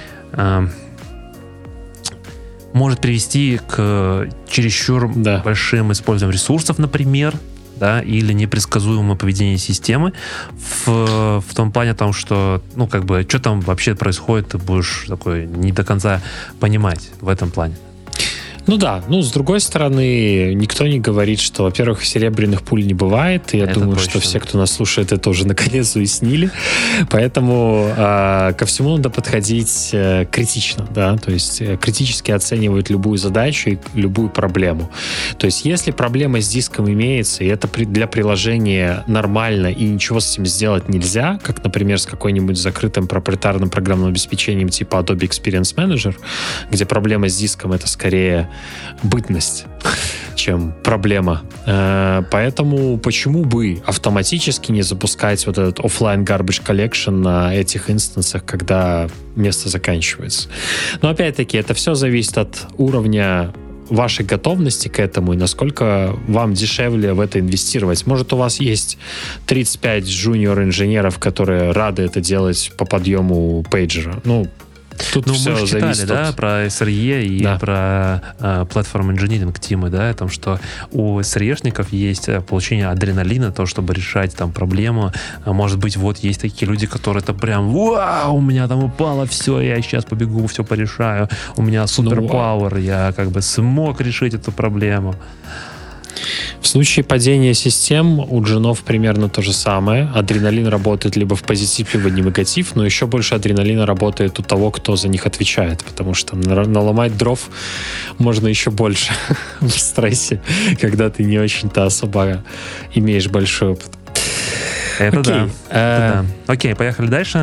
может привести к чересчур большим использованием ресурсов, например, да, или непредсказуемое поведение системы в том плане, что, что там вообще происходит, ты будешь такой не до конца понимать в этом плане. С другой стороны, никто не говорит, что, во-первых, серебряных пуль не бывает. И я думаю, точно. Что все, кто нас слушает, это уже наконец уяснили. Поэтому ко всему надо подходить критично, да, то есть критически оценивать любую задачу и любую проблему. То есть если проблема с диском имеется, и это для приложения нормально, и ничего с этим сделать нельзя, как, например, с какой-нибудь закрытым проприетарным программным обеспечением типа Adobe Experience Manager, где проблема с диском — это скорее бытность, чем проблема. Поэтому почему бы автоматически не запускать вот этот offline garbage collection на этих инстансах, когда место заканчивается? Но опять-таки это все зависит от уровня вашей готовности к этому и насколько вам дешевле в это инвестировать. Может, у вас есть 35 джуниор-инженеров, которые рады это делать по подъему пейджера. Тут все мы же читали, зависит от... про SRE и про Platform Engineering тимы, о том, что у SRE-шников есть получение адреналина, то, чтобы решать там проблему. Может быть, есть такие люди, которые это прям, вау, у меня там упало все, я сейчас побегу, все порешаю, у меня суперпауэр, я смог решить эту проблему. В случае падения систем у джунов примерно то же самое. Адреналин работает либо в позитив, либо в негатив, но еще больше адреналина работает у того, кто за них отвечает, потому что наломать дров можно еще больше в стрессе, когда ты не очень-то особо имеешь большой опыт. Это да. Окей, поехали дальше.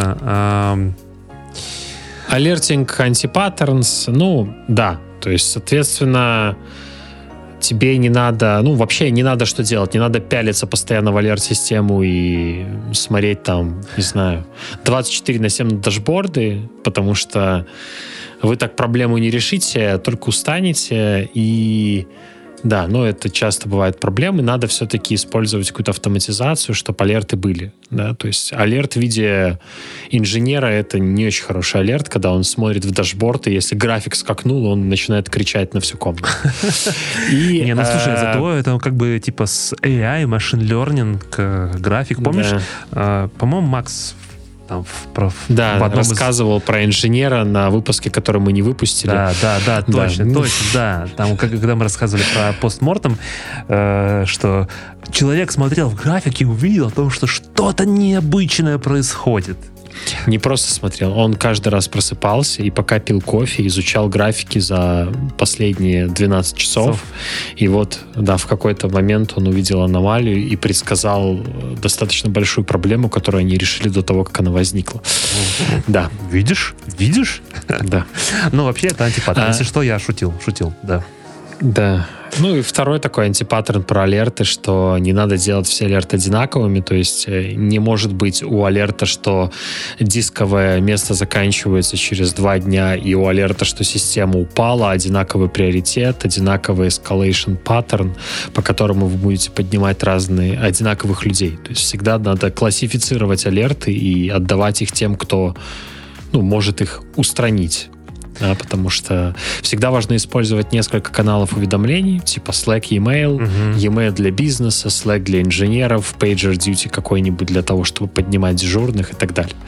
Алертинг антипаттернс, да. То есть, соответственно, тебе не надо, вообще не надо что делать, не надо пялиться постоянно в алерт-систему и смотреть там, не знаю, 24/7 на дашборды, потому что вы так проблему не решите, только устанете и... Да, это часто бывают проблемы. Надо все-таки использовать какую-то автоматизацию, чтобы алерты были. Да? То есть алерт в виде инженера — это не очень хороший алерт, когда он смотрит в дашборд, и если график скакнул, он начинает кричать на всю комнату. Слушай, зато это типа с AI, machine learning, график. Помнишь, по-моему, Макс рассказывал про инженера на выпуске, который мы не выпустили. Да, точно, да. Там, когда мы рассказывали про постмортем, что человек смотрел в график и увидел о том, что что-то необычное происходит. Не просто смотрел, он каждый раз просыпался и пока пил кофе, изучал графики за последние 12 часов. И в какой-то момент он увидел аномалию и предсказал достаточно большую проблему, которую они решили до того, как она возникла. Да. Видишь? Да. Вообще это антипаттерн. Если что, я шутил, да. Да. Ну и второй такой антипаттерн про алерты, что не надо делать все алерты одинаковыми, то есть не может быть у алерта, что дисковое место заканчивается через 2 дня, и у алерта, что система упала, одинаковый приоритет, одинаковый escalation паттерн, по которому вы будете поднимать одинаковых людей. То есть всегда надо классифицировать алерты и отдавать их тем, кто может их устранить. Да, потому что всегда важно использовать несколько каналов уведомлений, типа Slack, e-mail, e-mail для бизнеса, Slack для инженеров, PagerDuty какой-нибудь для того, чтобы поднимать дежурных и так далее.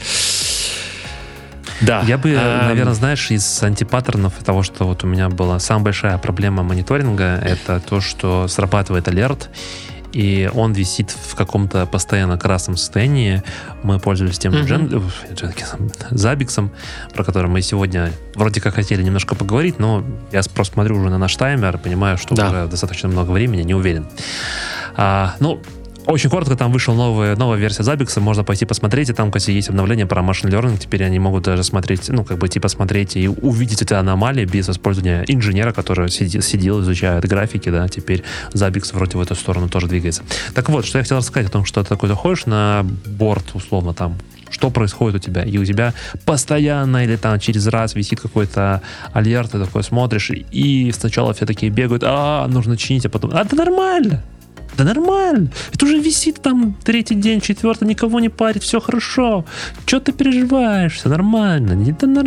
Да. Я бы, наверное, знаешь, из антипаттернов того, что вот у меня была самая большая проблема мониторинга, это то, что срабатывает алерт, и он висит в каком-то постоянно красном состоянии. Мы пользовались тем Zabbix, про который мы сегодня вроде как хотели немножко поговорить, но я просто смотрю уже на наш таймер, понимаю, что уже достаточно много времени, не уверен. Очень коротко, там вышла новая версия Zabbix, можно пойти посмотреть, и там, кстати, есть обновление про machine learning, теперь они могут даже смотреть, смотреть и увидеть эти аномалии без использования инженера, который сидел, изучает графики, да, теперь Zabbix вроде в эту сторону тоже двигается. Так вот, что я хотел рассказать о том, что ты такой заходишь на борт, условно, там, что происходит у тебя, и у тебя постоянно или там через раз висит какой-то алерт, ты такой смотришь, и сначала все такие бегают, нужно чинить, а потом, это нормально. Да нормально. Это уже висит там 3-й день, 4-й, никого не парит, все хорошо. Че ты переживаешь? Все нормально.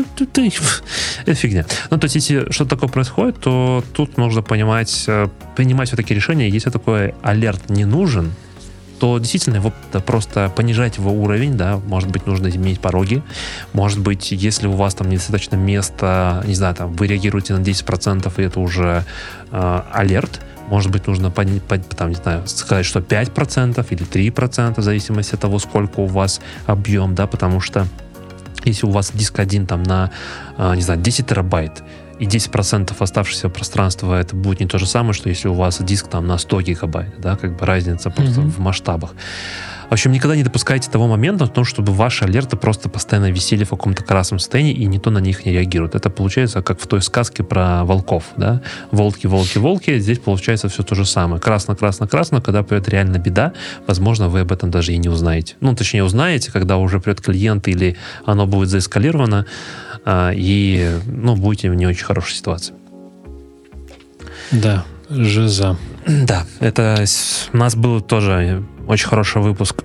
Это фигня. То есть, если что-то такое происходит, то тут нужно принимать все-таки решения. Если такой алерт не нужен, то действительно его просто понижать его уровень, да, может быть, нужно изменить пороги, может быть, если у вас там недостаточно места, не знаю, там, вы реагируете на 10%, и это уже алерт, может быть, нужно сказать, что 5% или 3%, в зависимости от того, сколько у вас объем, да, потому что если у вас диск один там на, 10 терабайт, и 10% оставшегося пространства, это будет не то же самое, что если у вас диск там на 100 гигабайт, да, как бы разница просто в масштабах. В общем, никогда не допускайте того момента, в том, чтобы ваши алерты просто постоянно висели в каком-то красном состоянии, и никто на них не реагирует. Это получается, как в той сказке про волков, да? Волки, волки, волки. Здесь получается все то же самое. Красно, красно, красно. Когда придет реально беда, возможно, вы об этом даже и не узнаете. Точнее, узнаете, когда уже придет клиент или оно будет заэскалировано, и, будете в не очень хорошей ситуации. Да, жиза. Да, это у нас был тоже очень хороший выпуск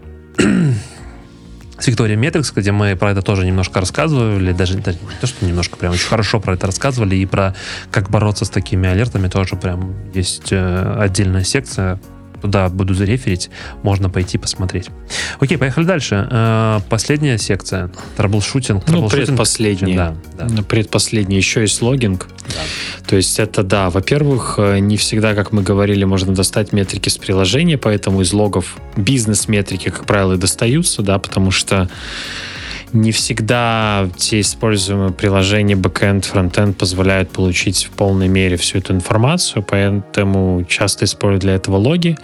с Victoria Metrics, где мы про это тоже немножко рассказывали, даже не то, что немножко, прям очень хорошо про это рассказывали, и про как бороться с такими алертами тоже прям есть отдельная секция. Туда буду зареферить, можно пойти посмотреть. Окей, поехали дальше. Последняя секция. Траблшутинг. Предпоследняя. Да. Предпоследняя. Еще есть логинг. Да. То есть это, во-первых, не всегда, как мы говорили, можно достать метрики с приложения, поэтому из логов бизнес-метрики, как правило, и достаются, да, потому что не всегда те используемые приложения backend, frontend позволяют получить в полной мере всю эту информацию, поэтому часто используют для этого логи.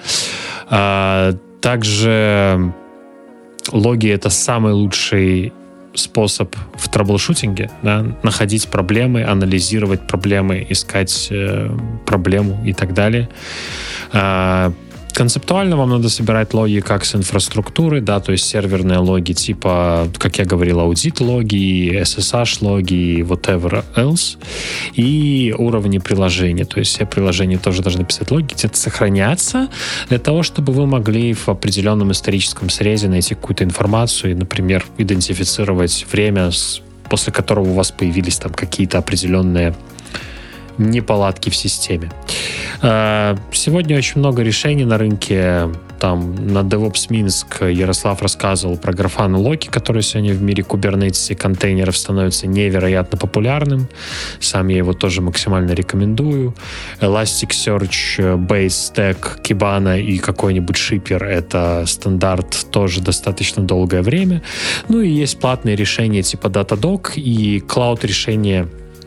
Также логи — это самый лучший способ в траблшутинге, да, находить проблемы, анализировать проблемы, искать проблему и так далее. Концептуально вам надо собирать логи как с инфраструктуры, да, то есть серверные логи типа, как я говорил, аудит-логи, SSH-логи, whatever else, и уровни приложения. То есть все приложения тоже должны писать логи, где-то сохраняться для того, чтобы вы могли в определенном историческом срезе найти какую-то информацию и, например, идентифицировать время, после которого у вас появились там какие-то определенные неполадки в системе. Сегодня очень много решений на рынке. Там на DevOps Минск Ярослав рассказывал про Grafana Loki, который сегодня в мире Kubernetes и контейнеров становится невероятно популярным. Сам я его тоже максимально рекомендую. Elasticsearch, Base Stack, Kibana и какой-нибудь шипер — это стандарт тоже достаточно долгое время. Ну и есть платные решения типа Datadog и клауд-решения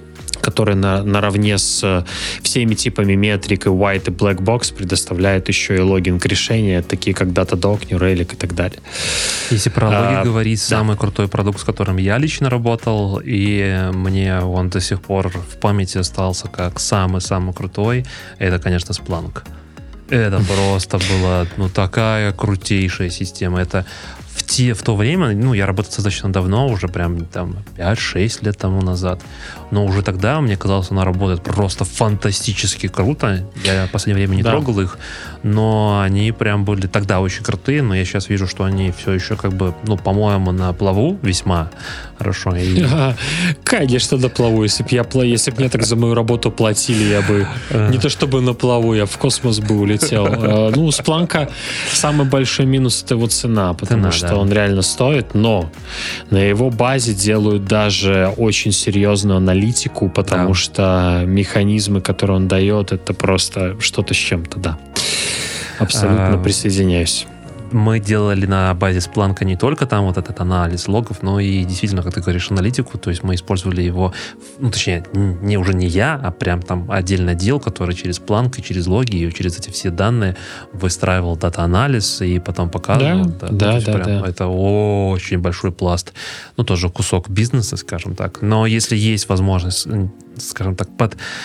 который наравне с всеми типами метрик и white и black box предоставляет еще и логинг решения, такие как Datadog, New Relic и так далее. Если про логик говорить, самый крутой продукт, с которым я лично работал, и мне он до сих пор в памяти остался как самый-самый крутой, это, конечно, Splunk. Это просто была, такая крутейшая система. Это в то время, я работал достаточно давно, уже прям там 5-6 лет тому назад, но уже тогда мне казалось, она работает просто фантастически круто. Я в последнее время не трогал их, но они прям были тогда очень крутые, но я сейчас вижу, что они все еще по-моему, на плаву весьма хорошо. Конечно, на плаву. Если бы мне так за мою работу платили, я бы не то чтобы на плаву, я в космос бы улетел. У Splunk самый большой минус — это его цена, потому что он реально стоит, но на его базе делают даже очень серьезную аналитику, потому что механизмы, которые он дает, это просто что-то с чем-то, да. Абсолютно присоединяюсь. Мы делали на базе Splunk не только там вот этот анализ логов, но и действительно, как ты говоришь, аналитику. То есть мы использовали его, точнее, уже не я, а прям там отдельный отдел, который через Splunk и через логи и через эти все данные выстраивал дата-анализ и потом показывал. Да. Это очень большой пласт. Тоже кусок бизнеса, скажем так. Но если есть возможность, скажем так,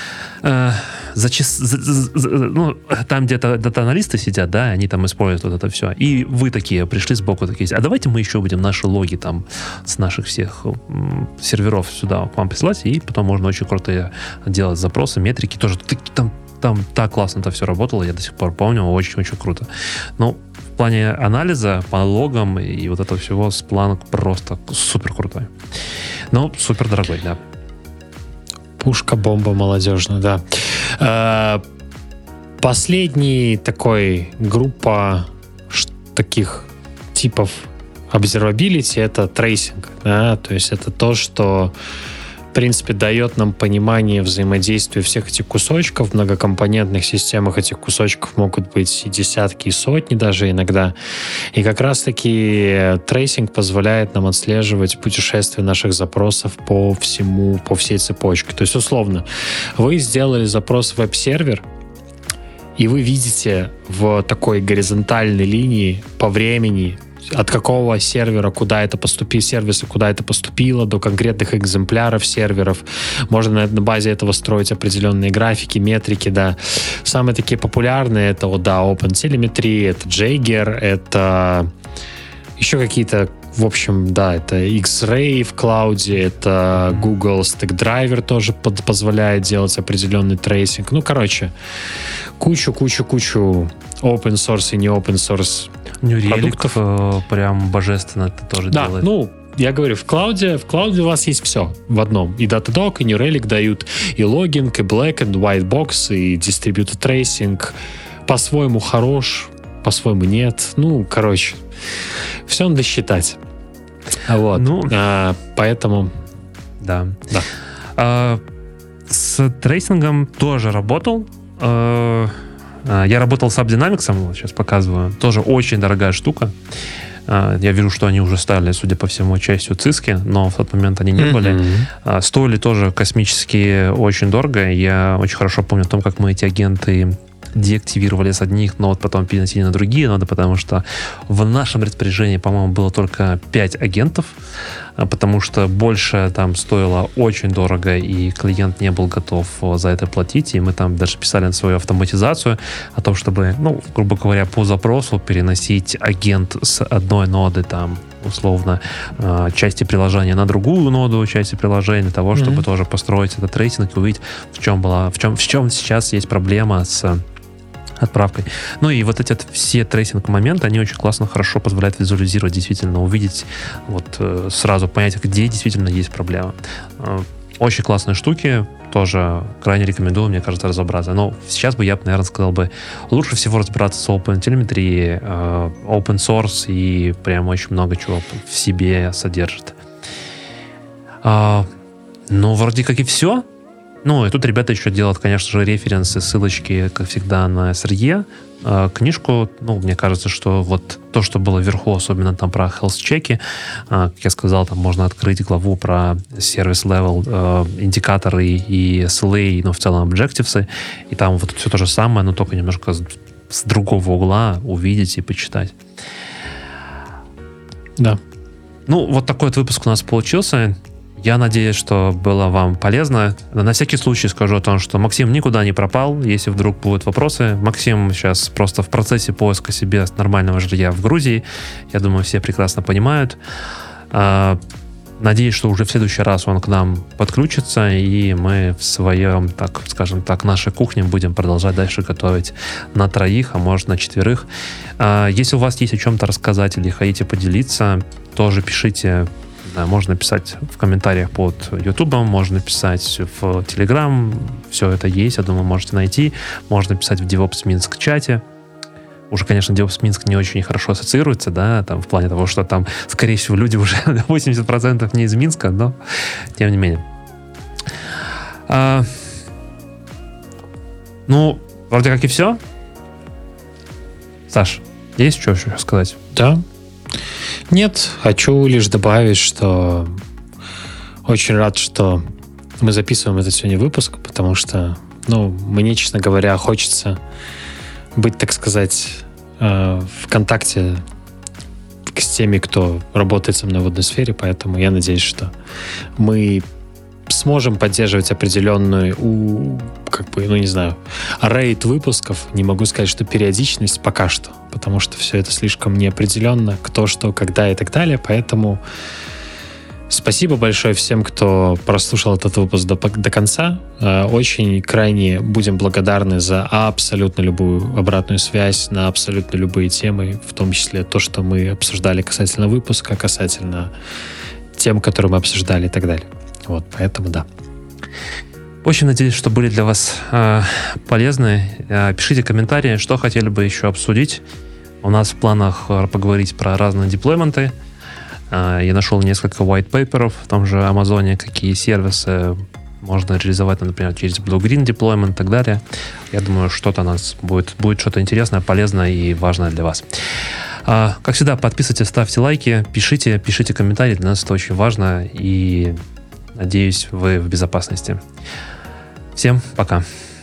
там где-то дата-аналисты сидят, да, они там используют вот это все. И вы такие пришли сбоку, такие, а давайте мы еще будем наши логи там с наших всех серверов сюда к вам присылать, и потом можно очень круто делать запросы, метрики тоже. Там так классно это все работало, я до сих пор помню, очень-очень круто. В плане анализа по логам и вот этого всего Splunk просто супер крутой. Супер дорогой, да. Пушка-бомба молодежная, да. Последний такой группа таких типов observability — это трейсинг, да, то есть это то, что в принципе дает нам понимание взаимодействия всех этих кусочков. В многокомпонентных системах этих кусочков могут быть и десятки, и сотни даже иногда. И как раз-таки трейсинг позволяет нам отслеживать путешествие наших запросов по всей цепочке. То есть, условно, вы сделали запрос в веб-сервер, и вы видите в такой горизонтальной линии по времени, от какого сервера куда это сервиса куда это поступило, до конкретных экземпляров серверов. Можно на базе этого строить определенные графики, метрики, да. Самые такие популярные — это, OpenTelemetry, это Jaeger, это еще какие-то, в общем, да, это X-Ray в клауде, это Google Stackdriver тоже позволяет делать определенный трейсинг. Кучу open source и не open source New Relic продуктов. Прям божественно это тоже делает. Я говорю, в клауде у вас есть все в одном. И Datadog, и New Relic дают и логинг, и black and white box, и distributed tracing. По-своему хорош, по-своему нет. Все надо считать. Поэтому... Да. С трейсингом тоже работал. Я работал с AppDynamics, сейчас показываю. Тоже очень дорогая штука. Я вижу, что они уже стали, судя по всему, частью Cisco, но в тот момент они не были. Стоили тоже космически очень дорого. Я очень хорошо помню о том, как мы эти агенты деактивировали с одних, но потом переносили на другие ноды, потому что в нашем распоряжении, по-моему, было только 5 агентов, потому что больше там стоило очень дорого, и клиент не был готов за это платить, и мы там даже писали свою автоматизацию о том, чтобы, грубо говоря, по запросу переносить агент с одной ноды, там, условно, части приложения на другую ноду, части приложения, для того, чтобы тоже построить этот трейсинг и увидеть, в чем сейчас есть проблема с отправкой. И вот эти все трейсинг-моменты, они очень классно, хорошо позволяют визуализировать, действительно увидеть, сразу понять, где действительно есть проблема. Очень классные штуки, тоже крайне рекомендую, мне кажется, разобраться. Но сейчас бы я, наверное, сказал бы, лучше всего разбираться с OpenTelemetry, open source, и прям очень много чего в себе содержит. Вроде как и все. Ну, и тут ребята еще делают, конечно же, референсы, ссылочки, как всегда, на SRE. Книжку, ну, мне кажется, что вот то, что было вверху, особенно там про health-чеки, как я сказал, там можно открыть главу про сервис-левел, индикаторы и SLA, ну, в целом objectives, и там вот все то же самое, но только немножко с другого угла увидеть и почитать. Да. Ну, вот такой вот выпуск у нас получился. Я надеюсь, что было вам полезно. На всякий случай скажу о том, что Максим никуда не пропал. Если вдруг будут вопросы, Максим сейчас просто в процессе поиска себе нормального жилья в Грузии. Я думаю, все прекрасно понимают. Надеюсь, что уже в следующий раз он к нам подключится, и мы в своем, так скажем так, нашей кухне будем продолжать дальше готовить на 3, а может на 4. Если у вас есть о чем-то рассказать или хотите поделиться, тоже пишите. Можно писать в комментариях под YouTube, можно писать в Telegram, все это есть, я думаю, можете найти. Можно писать в DevOps Minsk чате. Уже, конечно, DevOps Minsk не очень хорошо ассоциируется, да, там, в плане того, что там, скорее всего, люди уже 80% не из Минска, но тем не менее. Ну, вроде как и все. Саш, есть что еще сказать? Да. Нет, хочу лишь добавить, что очень рад, что мы записываем этот сегодня выпуск, потому что, ну, мне, честно говоря, хочется быть, так сказать, в контакте с теми, кто работает со мной в одной сфере, поэтому я надеюсь, что мы сможем поддерживать определенную, как бы, ну, не знаю, рейд выпусков. Не могу сказать, что периодичность пока что, потому что все это слишком неопределенно, кто, что, когда и так далее. Поэтому спасибо большое всем, кто прослушал этот выпуск до конца. Очень крайне будем благодарны за абсолютно любую обратную связь на абсолютно любые темы, в том числе то, что мы обсуждали касательно выпуска, касательно тем, которые мы обсуждали и так далее. Вот, поэтому да. Очень надеюсь, что были для вас полезны. Пишите комментарии, что хотели бы еще обсудить. У нас в планах поговорить про разные деплойменты. Я нашел несколько white paper'ов в том же Амазоне, какие сервисы можно реализовать, например, через Blue-Green deployment и так далее. Я думаю, что-то у нас будет что-то интересное, полезное и важное для вас. Как всегда, подписывайтесь, ставьте лайки, пишите комментарии, для нас это очень важно, и надеюсь, вы в безопасности. Всем пока.